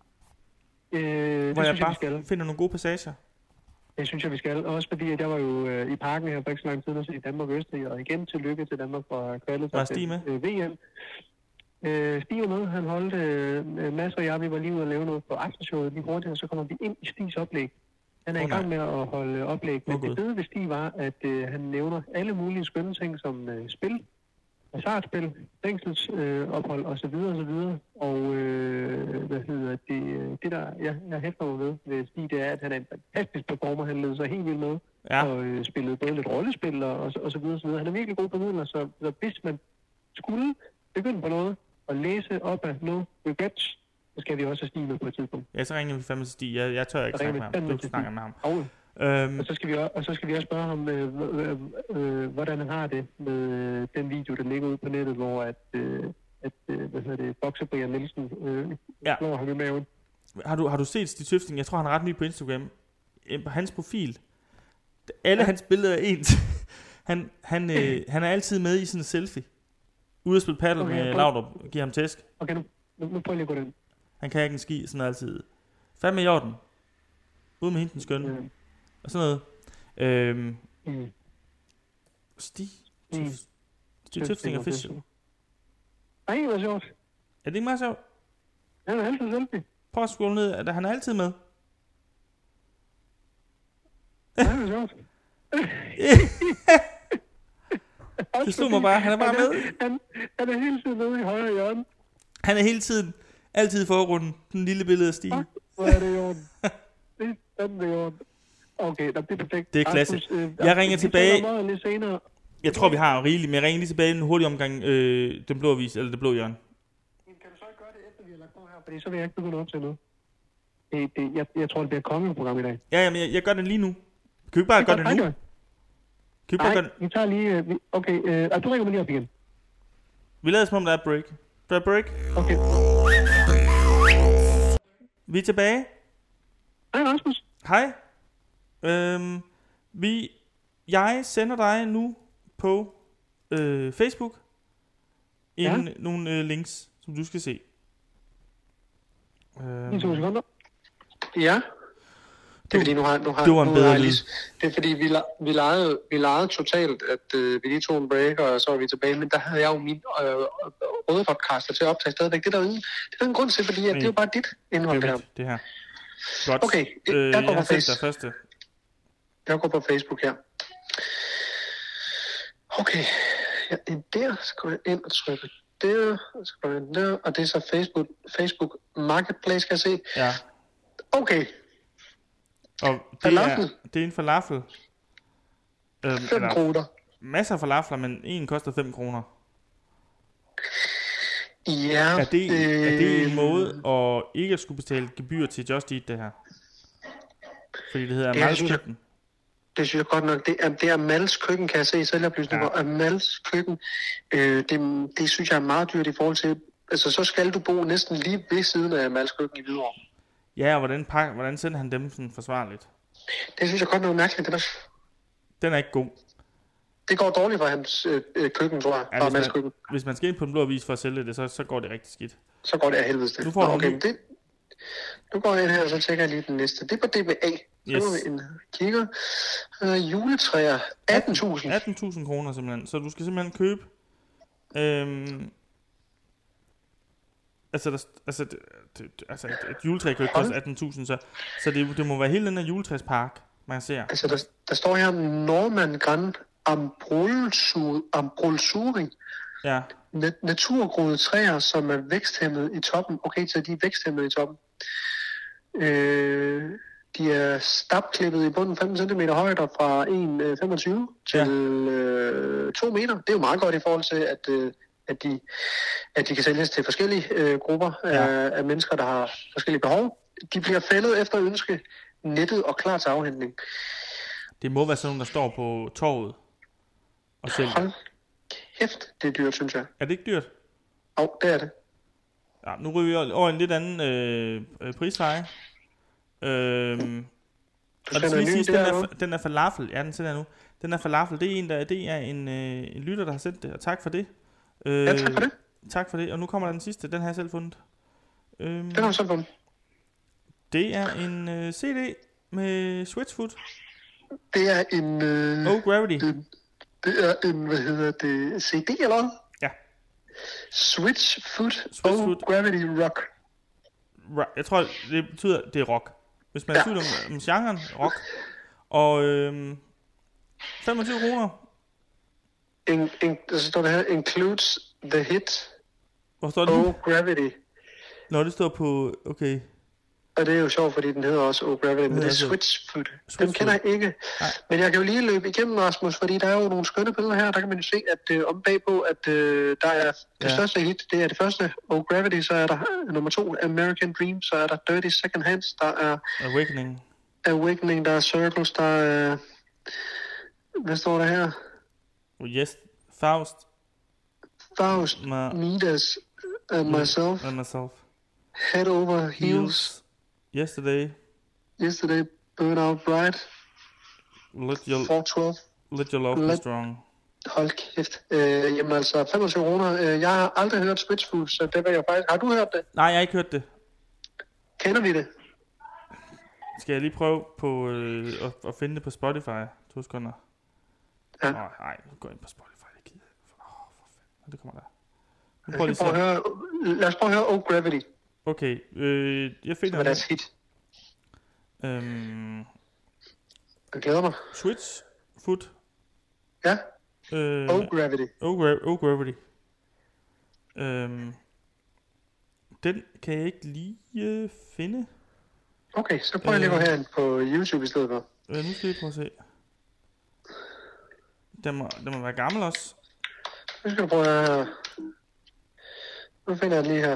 Speaker 2: Øh,
Speaker 1: hvor
Speaker 2: det
Speaker 1: jeg
Speaker 2: synes
Speaker 1: bare
Speaker 2: jeg, vi skal.
Speaker 1: finder nogle gode passager.
Speaker 2: Det synes jeg, vi skal. Også fordi, at jeg var jo øh, i parken her for ikke så lang tid, i Danmark og Østrig, og igen tillykke til Danmark for kvalget
Speaker 1: til
Speaker 2: øh, V M. Øh, Stig var med, han holdt øh, masser af jer, vi var lige ude at lave noget på aftenshowet lige hurtigt, og så kommer vi ind i Stigs oplæg. Han er oh, i gang med at holde oplæg, men oh, det fede ved Stig var, at øh, han nævner alle mulige skønne ting som øh, spil, hasardspil, fængselsophold øh, osv. osv. Og øh, hvad hedder det, det der jeg, jeg hæfter mig ved ved Stig, det er, at han er en fantastisk performer, han leder sig helt vildt med, ja. og øh, spillede både lidt rollespil og, og, og så videre, så videre. Han er virkelig god på midler, så, så hvis man skulle begynde på noget, og læse op af No Regrets, så skal vi også have Stig med på et tidspunkt.
Speaker 1: Ja, så ringer vi fandme til Stig. Jeg, jeg tør ikke snakke med ham. Du snakker med ham.
Speaker 2: Oh. Øhm. Og, så skal vi også, og så skal vi også spørge ham, øh, øh, øh, hvordan han har det med øh, den video, der ligger ude på nettet, hvor at, øh, at øh, hvad hedder det, Bokser Brian Nielsen øh, ja. slår ham i maven.
Speaker 1: Har du, har du set Stig Tøfting? Jeg tror, han er ret ny på Instagram. På hans profil. Alle ja. hans billeder er ens. han, han, øh, han er altid med i sådan en selfie. Ude at spille paddle okay, med Laudrup, giver ham tæsk.
Speaker 2: Okay, nu, nu, nu prøver jeg lige at gå den.
Speaker 1: Han kan ikke en ski, sådan altid. Fandme i orden. Ude med hende den skønne. Mm. Og sådan noget. Øhm, mm. Stig. Mm. Stig Tøfting official.
Speaker 2: Ej, det var sjovt.
Speaker 1: Er det ikke meget sjovt?
Speaker 2: Han er altid selfie.
Speaker 1: Prøv at scrolle ned, at han er altid med.
Speaker 2: Ja, det er sjovt.
Speaker 1: Det slog mig bare, han er bare
Speaker 2: han
Speaker 1: er,
Speaker 2: med. Han, han er hele tiden nede i højre hjørne.
Speaker 1: Han er hele tiden, altid i forgrunden, den lille billede af Stig.
Speaker 2: Hvor er det i orden? Det er den i orden. Okay, det er perfekt.
Speaker 1: Det er klasse. Rasmus, øh, jeg ringer tilbage. Lidt senere. Jeg tror, vi har rigeligt, men jeg ringer lige tilbage i en hurtig omgang, øh, den blå avis, eller det blå hjørne.
Speaker 2: Kan du så ikke gøre det, efter vi har lagt på her? Fordi så vil jeg ikke begynde op til noget. Det, det, jeg, jeg tror, det bliver kongeprogram i dag.
Speaker 1: Ja, men jeg, jeg gør den lige nu. Kan vi ikke bare det gøre det nu? Kan vi
Speaker 2: Nej,
Speaker 1: gøre det?
Speaker 2: vi tager lige... Uh, okay, uh, altså, du ringer mig lige op igen.
Speaker 1: Vi lader som om, der er break. Der er break.
Speaker 2: Okay.
Speaker 1: Vi er tilbage.
Speaker 2: Hej, Rasmus.
Speaker 1: Hej. Øhm, vi, jeg sender dig nu på øh, Facebook en, ja. nogle øh, links, som du skal se.
Speaker 2: Øhm, I to sekunder. Ja. Det er fordi, nu har, nu har,
Speaker 1: det var en
Speaker 2: nu
Speaker 1: bedre
Speaker 2: har
Speaker 1: lyd.
Speaker 2: lige, det er fordi, vi, vi, legede, vi legede totalt, at øh, vi lige tog en break, og så var vi tilbage. Men der havde jeg jo min øh, røde podcaster til at optage stadigvæk. Det er der ingen, det er en grund til, fordi at det er jo bare dit indhold,
Speaker 1: det,
Speaker 2: det her.
Speaker 1: det her. Godt.
Speaker 2: Okay, jeg,
Speaker 1: øh,
Speaker 2: jeg går
Speaker 1: jeg
Speaker 2: på face.
Speaker 1: første.
Speaker 2: Jeg går på Facebook her. Okay, jeg er der, så går jeg ind og trykker der, og så går jeg ind der, og det er så Facebook, Facebook Marketplace, kan jeg se.
Speaker 1: Ja.
Speaker 2: Okay.
Speaker 1: Og det
Speaker 2: falafel.
Speaker 1: er, det er en falafel. Øhm,
Speaker 2: fem kroner.
Speaker 1: Masser af falafler, men en koster fem kroner.
Speaker 2: Ja.
Speaker 1: Er det,
Speaker 2: øh,
Speaker 1: er det en måde at ikke at skulle betale gebyr til Just Eat, det her? Fordi det hedder
Speaker 2: Ja,
Speaker 1: Mals
Speaker 2: synes jeg-
Speaker 1: Køkken.
Speaker 2: Det synes jeg godt nok. Det er, det er Mals Køkken, kan jeg se i selvoplysninger.
Speaker 1: Ja.
Speaker 2: Ja. Mals Køkken, øh, det, det synes jeg er meget dyrt i forhold til... Altså, så skal du bo næsten lige ved siden af Mals Køkken i Hvidovre.
Speaker 1: Ja, og hvordan, pakker, hvordan sender han dem sådan forsvarligt?
Speaker 2: Det synes jeg godt nok er mærkeligt, det der.
Speaker 1: Den er ikke god.
Speaker 2: Det går dårligt for hans øh, øh, køkken, tror jeg.
Speaker 1: Ja,
Speaker 2: Fra
Speaker 1: hvis,
Speaker 2: Mals
Speaker 1: man,
Speaker 2: Køkken.
Speaker 1: hvis man skal ind på den blå avis for at sælge det, så, så går det rigtig skidt.
Speaker 2: Så går det af helvede til.
Speaker 1: Nu får du
Speaker 2: okay,
Speaker 1: en ny.
Speaker 2: men det, nu går jeg ind her, og så tjekker jeg lige den næste. Det er på D B A. Så
Speaker 1: Yes.
Speaker 2: går vi ind og kigger. Uh, juletræer. atten tusind.
Speaker 1: atten tusind kroner simpelthen. Så du skal simpelthen købe... Øhm, altså, der, altså, det, det, altså et, et juletræ kan jo ikke koste atten tusind, så, så det, det må være hele den her juletræspark, man ser.
Speaker 2: Altså, der, der står her Norman Gran Ambrolsuri.
Speaker 1: Ja,
Speaker 2: Nat- naturgroede træer, som er væksthæmmet i toppen. Okay, så de er væksthæmmet i toppen. Øh, de er stabklippet i bunden femten centimeter højde og fra en komma femogtyve til
Speaker 1: Ja.
Speaker 2: øh, to meter. Det er jo meget godt i forhold til, at, øh, at, de, at de kan sælges til forskellige øh, grupper
Speaker 1: Ja.
Speaker 2: af, af mennesker, der har forskellige behov. De bliver fældet efter ønske, nettet og klar til afhentning.
Speaker 1: det må være sådan nogle, der står på torvet og sælger.
Speaker 2: Hold kæft, det er dyrt, synes jeg.
Speaker 1: Er det ikke dyrt?
Speaker 2: Og det er det.
Speaker 1: Ja, nu ryger vi over en lidt anden øh, øh, prisleje. Øhm, og det
Speaker 2: sender
Speaker 1: skal
Speaker 2: en
Speaker 1: lige
Speaker 2: ny
Speaker 1: siges, den
Speaker 2: der
Speaker 1: er,
Speaker 2: nu.
Speaker 1: den er falafel. Ja, den sender jeg nu. Den er falafel. Det er en, der, det er en, øh, en lytter, der har sendt det, og tak for det. Øh,
Speaker 2: Ja, tak for det.
Speaker 1: Tak for det. Og nu kommer der den sidste. Den har jeg selv fundet. Øhm,
Speaker 2: Den har du selv fundet.
Speaker 1: det er en øh, C D med Switchfoot.
Speaker 2: Det er en... Øh,
Speaker 1: Oh Gravity.
Speaker 2: det, det er en, hvad hedder det, C D eller hvad?
Speaker 1: Ja.
Speaker 2: Switchfoot
Speaker 1: Switchfoot.
Speaker 2: og Gravity Rock.
Speaker 1: Ra- Jeg tror, det betyder, det er rock. Hvis man er
Speaker 2: Ja.
Speaker 1: tvivl om, om genren, rock. Og øhm, femogtyve kroner.
Speaker 2: In, in, så står der her, includes the hit
Speaker 1: Hvor står det?
Speaker 2: Oh Gravity.
Speaker 1: Når det står på, okay.
Speaker 2: Og det er jo sjovt, fordi den hedder også Oh Gravity, men det er
Speaker 1: altså
Speaker 2: Switchfoot. Den
Speaker 1: Switchfoot.
Speaker 2: kender jeg ikke.
Speaker 1: Nej.
Speaker 2: Men jeg kan jo lige løbe igennem, Rasmus, fordi der er jo nogle skønne billeder her. Der kan man jo se, at øh, om bagpå, at øh, der er det
Speaker 1: Ja.
Speaker 2: største hit. Det er det første, Oh Gravity. Så er der øh, nummer to, American Dream. Så er der Dirty Second Hands. Der er
Speaker 1: Awakening.
Speaker 2: Awakening. Der er Circles. Der er... Hvad står der her?
Speaker 1: Oh, yes. Faust.
Speaker 2: Faust,
Speaker 1: Ma-
Speaker 2: Midas, and myself.
Speaker 1: And myself.
Speaker 2: Head over heels.
Speaker 1: Yesterday.
Speaker 2: Yesterday, Burn Out Bright.
Speaker 1: Let your,
Speaker 2: four twelve.
Speaker 1: let your love be
Speaker 2: Let-
Speaker 1: strong.
Speaker 2: Hold kæft. Øh, jamen altså, femogtyve kroner. Øh, jeg har aldrig hørt Switchfoot, så det vil jeg faktisk... Har du hørt det?
Speaker 1: Nej, jeg har ikke hørt det.
Speaker 2: Kender vi det?
Speaker 1: Skal jeg lige prøve på øh, at, at finde det på Spotify? To sekunder.
Speaker 2: Ja.
Speaker 1: Åh, nej, nu går jeg ind på Spotify. Det gider jeg. Åh, for fanden. Det kommer der. Nu
Speaker 2: Lad
Speaker 1: prøver
Speaker 2: os,
Speaker 1: jeg
Speaker 2: prøve
Speaker 1: lige
Speaker 2: at
Speaker 1: at
Speaker 2: høre, lad os prøve at høre Oh Gravity,
Speaker 1: Okay, øh, jeg
Speaker 2: som
Speaker 1: finder
Speaker 2: er
Speaker 1: den.
Speaker 2: deres hit.
Speaker 1: Øhm,
Speaker 2: Jeg glæder mig.
Speaker 1: Switch Foot.
Speaker 2: Ja,
Speaker 1: Øh,
Speaker 2: Oh Gravity.
Speaker 1: Oh, Gra- oh Gravity. Øhm, den kan jeg ikke lige øh, finde.
Speaker 2: Okay, så prøver jeg lige at gå herind på YouTube i stedet for.
Speaker 1: Øh, nu skal vi prøve at se. Den må, den må være gammel også.
Speaker 2: Nu skal du prøve at høre. Nu finder jeg den lige her.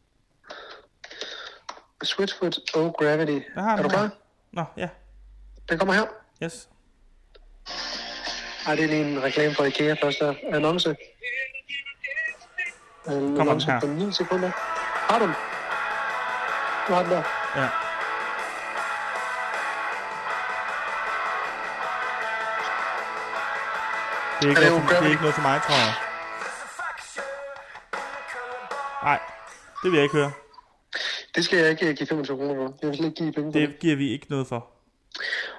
Speaker 2: Switchfoot, Oh Gravity.
Speaker 1: Jeg har
Speaker 2: Er
Speaker 1: den
Speaker 2: du
Speaker 1: her.
Speaker 2: klar?
Speaker 1: Nå, ja.
Speaker 2: Den kommer her.
Speaker 1: Yes.
Speaker 2: Ej, det er lige en reklame for IKEA først der. Annonce. En
Speaker 1: den
Speaker 2: annonce
Speaker 1: her.
Speaker 2: på ni sekunder. Har du den? Du har den der.
Speaker 1: Ja. Det er ikke,
Speaker 2: Er det
Speaker 1: noget,
Speaker 2: Oh
Speaker 1: for, det er
Speaker 2: Gravity?
Speaker 1: ikke noget for mig, tror jeg. Nej, det vil jeg ikke høre.
Speaker 2: Det skal jeg ikke give femogtyve kroner for. Jeg vil slet ikke give penge for det.
Speaker 1: Det giver vi ikke noget for.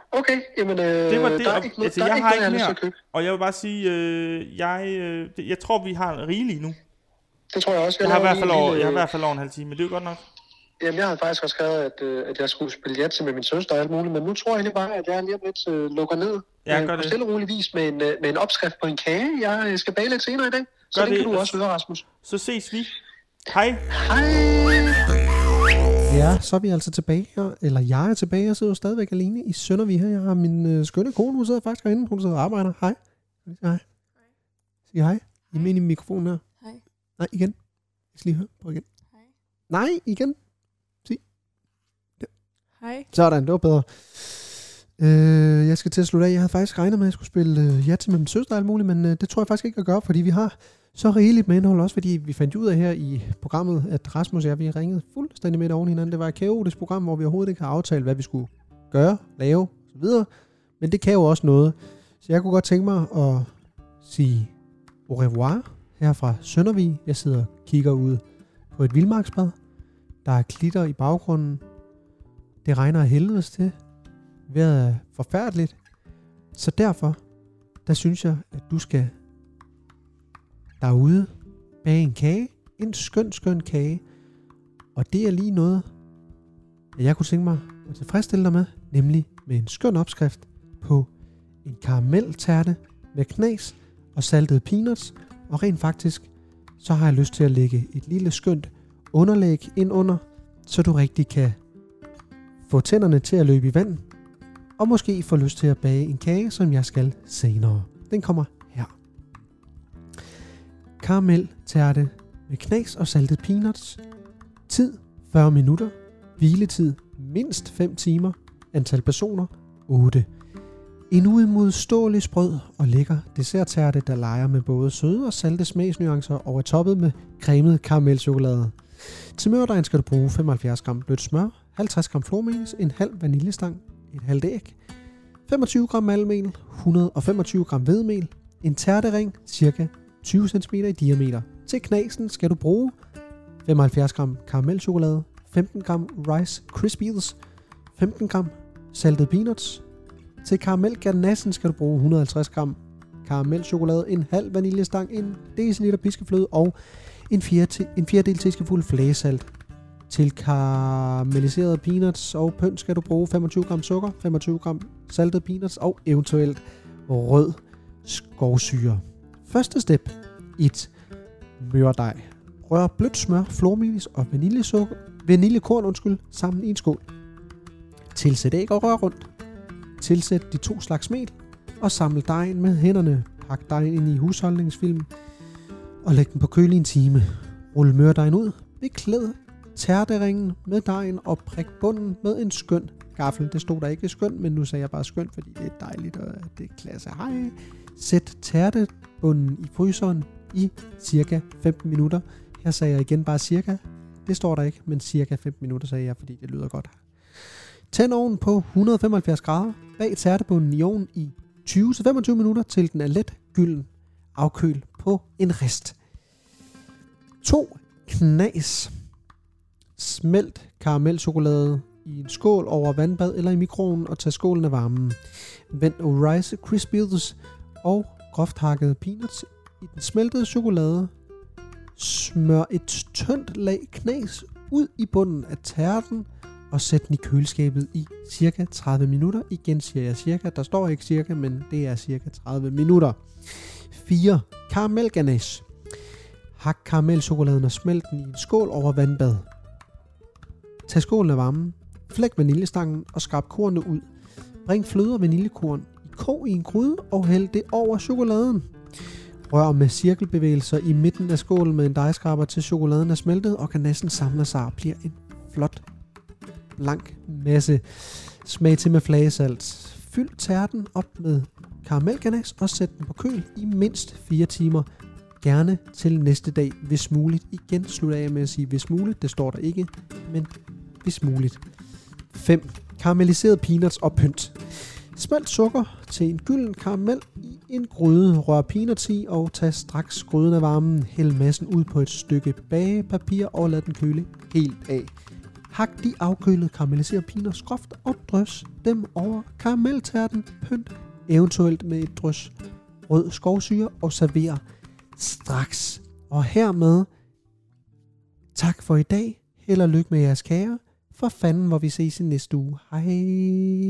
Speaker 2: Okay, jamen, øh,
Speaker 1: det var det,
Speaker 2: der er
Speaker 1: og,
Speaker 2: ikke,
Speaker 1: altså,
Speaker 2: der
Speaker 1: jeg
Speaker 2: er
Speaker 1: har
Speaker 2: ikke
Speaker 1: ikke
Speaker 2: noget,
Speaker 1: mere, og jeg vil bare sige, øh, jeg, øh, det, jeg tror, vi har rigeligt nu.
Speaker 2: Det tror jeg også.
Speaker 1: Jeg, jeg, har, i hvert fald over,
Speaker 2: lille,
Speaker 1: jeg har i hvert fald over en halv time, men det er jo godt nok.
Speaker 2: Jamen, jeg havde faktisk også skrevet, at, øh, at jeg skulle spille Yatzy med min søster og alt muligt, men nu tror jeg egentlig bare, at jeg lige om lidt øh, lukker ned.
Speaker 1: Ja,
Speaker 2: øh,
Speaker 1: gør
Speaker 2: på
Speaker 1: det.
Speaker 2: stille og rolig vis med en, øh, med en opskrift på en kage. Jeg øh, skal bage lidt senere i dag, så
Speaker 1: Gør
Speaker 2: det,
Speaker 1: det.
Speaker 2: kan du også høre, Rasmus.
Speaker 1: Så ses vi. Hej.
Speaker 2: Hej!
Speaker 4: Ja, så er vi altså tilbage her, eller jeg er tilbage, jeg sidder jo stadigvæk alene i Søndervig her. Jeg har min øh, skønne kone, hun sidder faktisk herinde, hun sidder og arbejder. Hej. Sige hej. Sig hej. I er med i mikrofonen her.
Speaker 6: Hej.
Speaker 4: Nej, igen. Jeg skal lige høre. Prøv igen.
Speaker 6: Hej.
Speaker 4: Nej, igen. Sig. Ja.
Speaker 6: Hej.
Speaker 4: Sådan, det var bedre. Øh, jeg skal til at slutte af. Jeg havde faktisk regnet med, at jeg skulle spille øh, Yatzy med min søster og alt muligt, men øh, det tror jeg faktisk ikke, jeg gør, fordi vi har så rigeligt med indhold, også fordi vi fandt ud af her i programmet, at Rasmus og jeg, vi ringede fuldstændig midt oven hinanden. Det var et kaotisk program, hvor vi overhovedet ikke har aftalt, hvad vi skulle gøre, lave osv. Men det kan jo også noget. Så jeg kunne godt tænke mig at sige au revoir her fra Søndervig. Jeg sidder og kigger ud på et vildmarksbad. Der er klitter i baggrunden. Det regner af helvedes til. Vejret er forfærdeligt. Så derfor, der synes jeg, at du skal derude bage en kage. En skøn, skøn kage. Og det er lige noget, at jeg kunne tænke mig at tilfredsstille dig med. Nemlig med en skøn opskrift på en karameltærte med knas og saltede peanuts. Og rent faktisk, så har jeg lyst til at lægge et lille skønt underlæg ind under, så du rigtig kan få tænderne til at løbe i vand. Og måske få lyst til at bage en kage, som jeg skal senere. Den kommer her. Karameltærte med knas og saltet peanuts. Tid fyrre minutter. Hviletid mindst fem timer. Antal personer otte. En uimodståelig sprød og lækker desserttærte, der leger med både søde og salte smagsnuancer og er toppet med cremet karamelchokolade. Til mørdejen skal du bruge femoghalvfjerds gram blødt smør, halvtreds gram flormelis, en halv vaniljestang, et halvt æg, femogtyve gram malmel, et hundrede og femogtyve gram hvedemel, en tærtering, cirka tyve centimeter i diameter. Til knasen skal du bruge femoghalvfjerds gram karamelchokolade, femten gram Rice Krispies, femten gram saltet peanuts. Til karamelganachen skal du bruge et hundrede og halvtreds gram karamelchokolade, en halv vaniljestang, en deciliter piskefløde og en, fjerde, en fjerdedel teskefuld flægesalt. Til karamelliserede peanuts og pynt skal du bruge femogtyve gram sukker, femogtyve gram saltet peanuts og eventuelt rød skovsyre. Første step et. Mørdej. Rør blødt smør, flormelis og vaniljesukker, vaniljekorn undskyld, sammen i en skål. Tilsæt æg og rør rundt. Tilsæt de to slags mel og samle dejen med hænderne. Pak dejen ind i husholdningsfilm og læg den på køl i en time. Rul mørdejen ud. Beklæd tærteringen med dejen og prik bunden med en skøn gaffel. Det stod der ikke skøn, men nu sagde jeg bare skøn, fordi det er dejligt og det er klasse. Hej. Sæt tærtebunden i fryseren i cirka femten minutter. Her sagde jeg igen bare cirka. Det står der ikke, men cirka femten minutter sagde jeg, fordi det lyder godt. Tænd ovnen på et hundrede og femoghalvfjerds grader. Bag tærtebunden i ovnen i tyve til femogtyve minutter, til den er let gylden. Afkøl på en rist. to. Knas. Smelt karamelchokolade i en skål over vandbad eller i mikroovnen og tag skålen af varmen. Vend Rice Krispies og groft hakkede peanuts i den smeltede chokolade. Smør et tyndt lag knas ud i bunden af tærten og sæt den i køleskabet i cirka tredive minutter. Igen siger jeg cirka, der står ikke cirka, men det er cirka tredive minutter. fire. Karamelganache. Hak karamelchokoladen og smelt den i en skål over vandbad. Tag skålen af varmen, flæk vaniljestangen og skrab kornene ud. Bring fløde og vaniljekorn i kog i en gryde og hæld det over chokoladen. Rør med cirkelbevægelser i midten af skålen med en dejskraber til chokoladen er smeltet og ganachen samler sig og bliver en flot blank masse. Smag til med flagesalt. Fyld tærten op med karamelganache og sæt den på køl i mindst fire timer. Gerne til næste dag, hvis muligt. Igen slutter jeg med at sige hvis muligt. Det står der ikke, men hvis muligt. fem. Karamelliseret peanuts og pynt. Smelt sukker til en gylden karamel i en gryde. Rør peanuts i og tag straks gryden af varmen. Hæld massen ud på et stykke bagepapir og lad den køle helt af. Hak de afkølede karamelliserede peanuts groft og drys dem over karameltærten. Pynt eventuelt med et drys rød skovsyre og server straks. Og hermed tak for i dag. Held og lykke med jeres kager. For fanden, hvor vi ses i næste uge. Hej.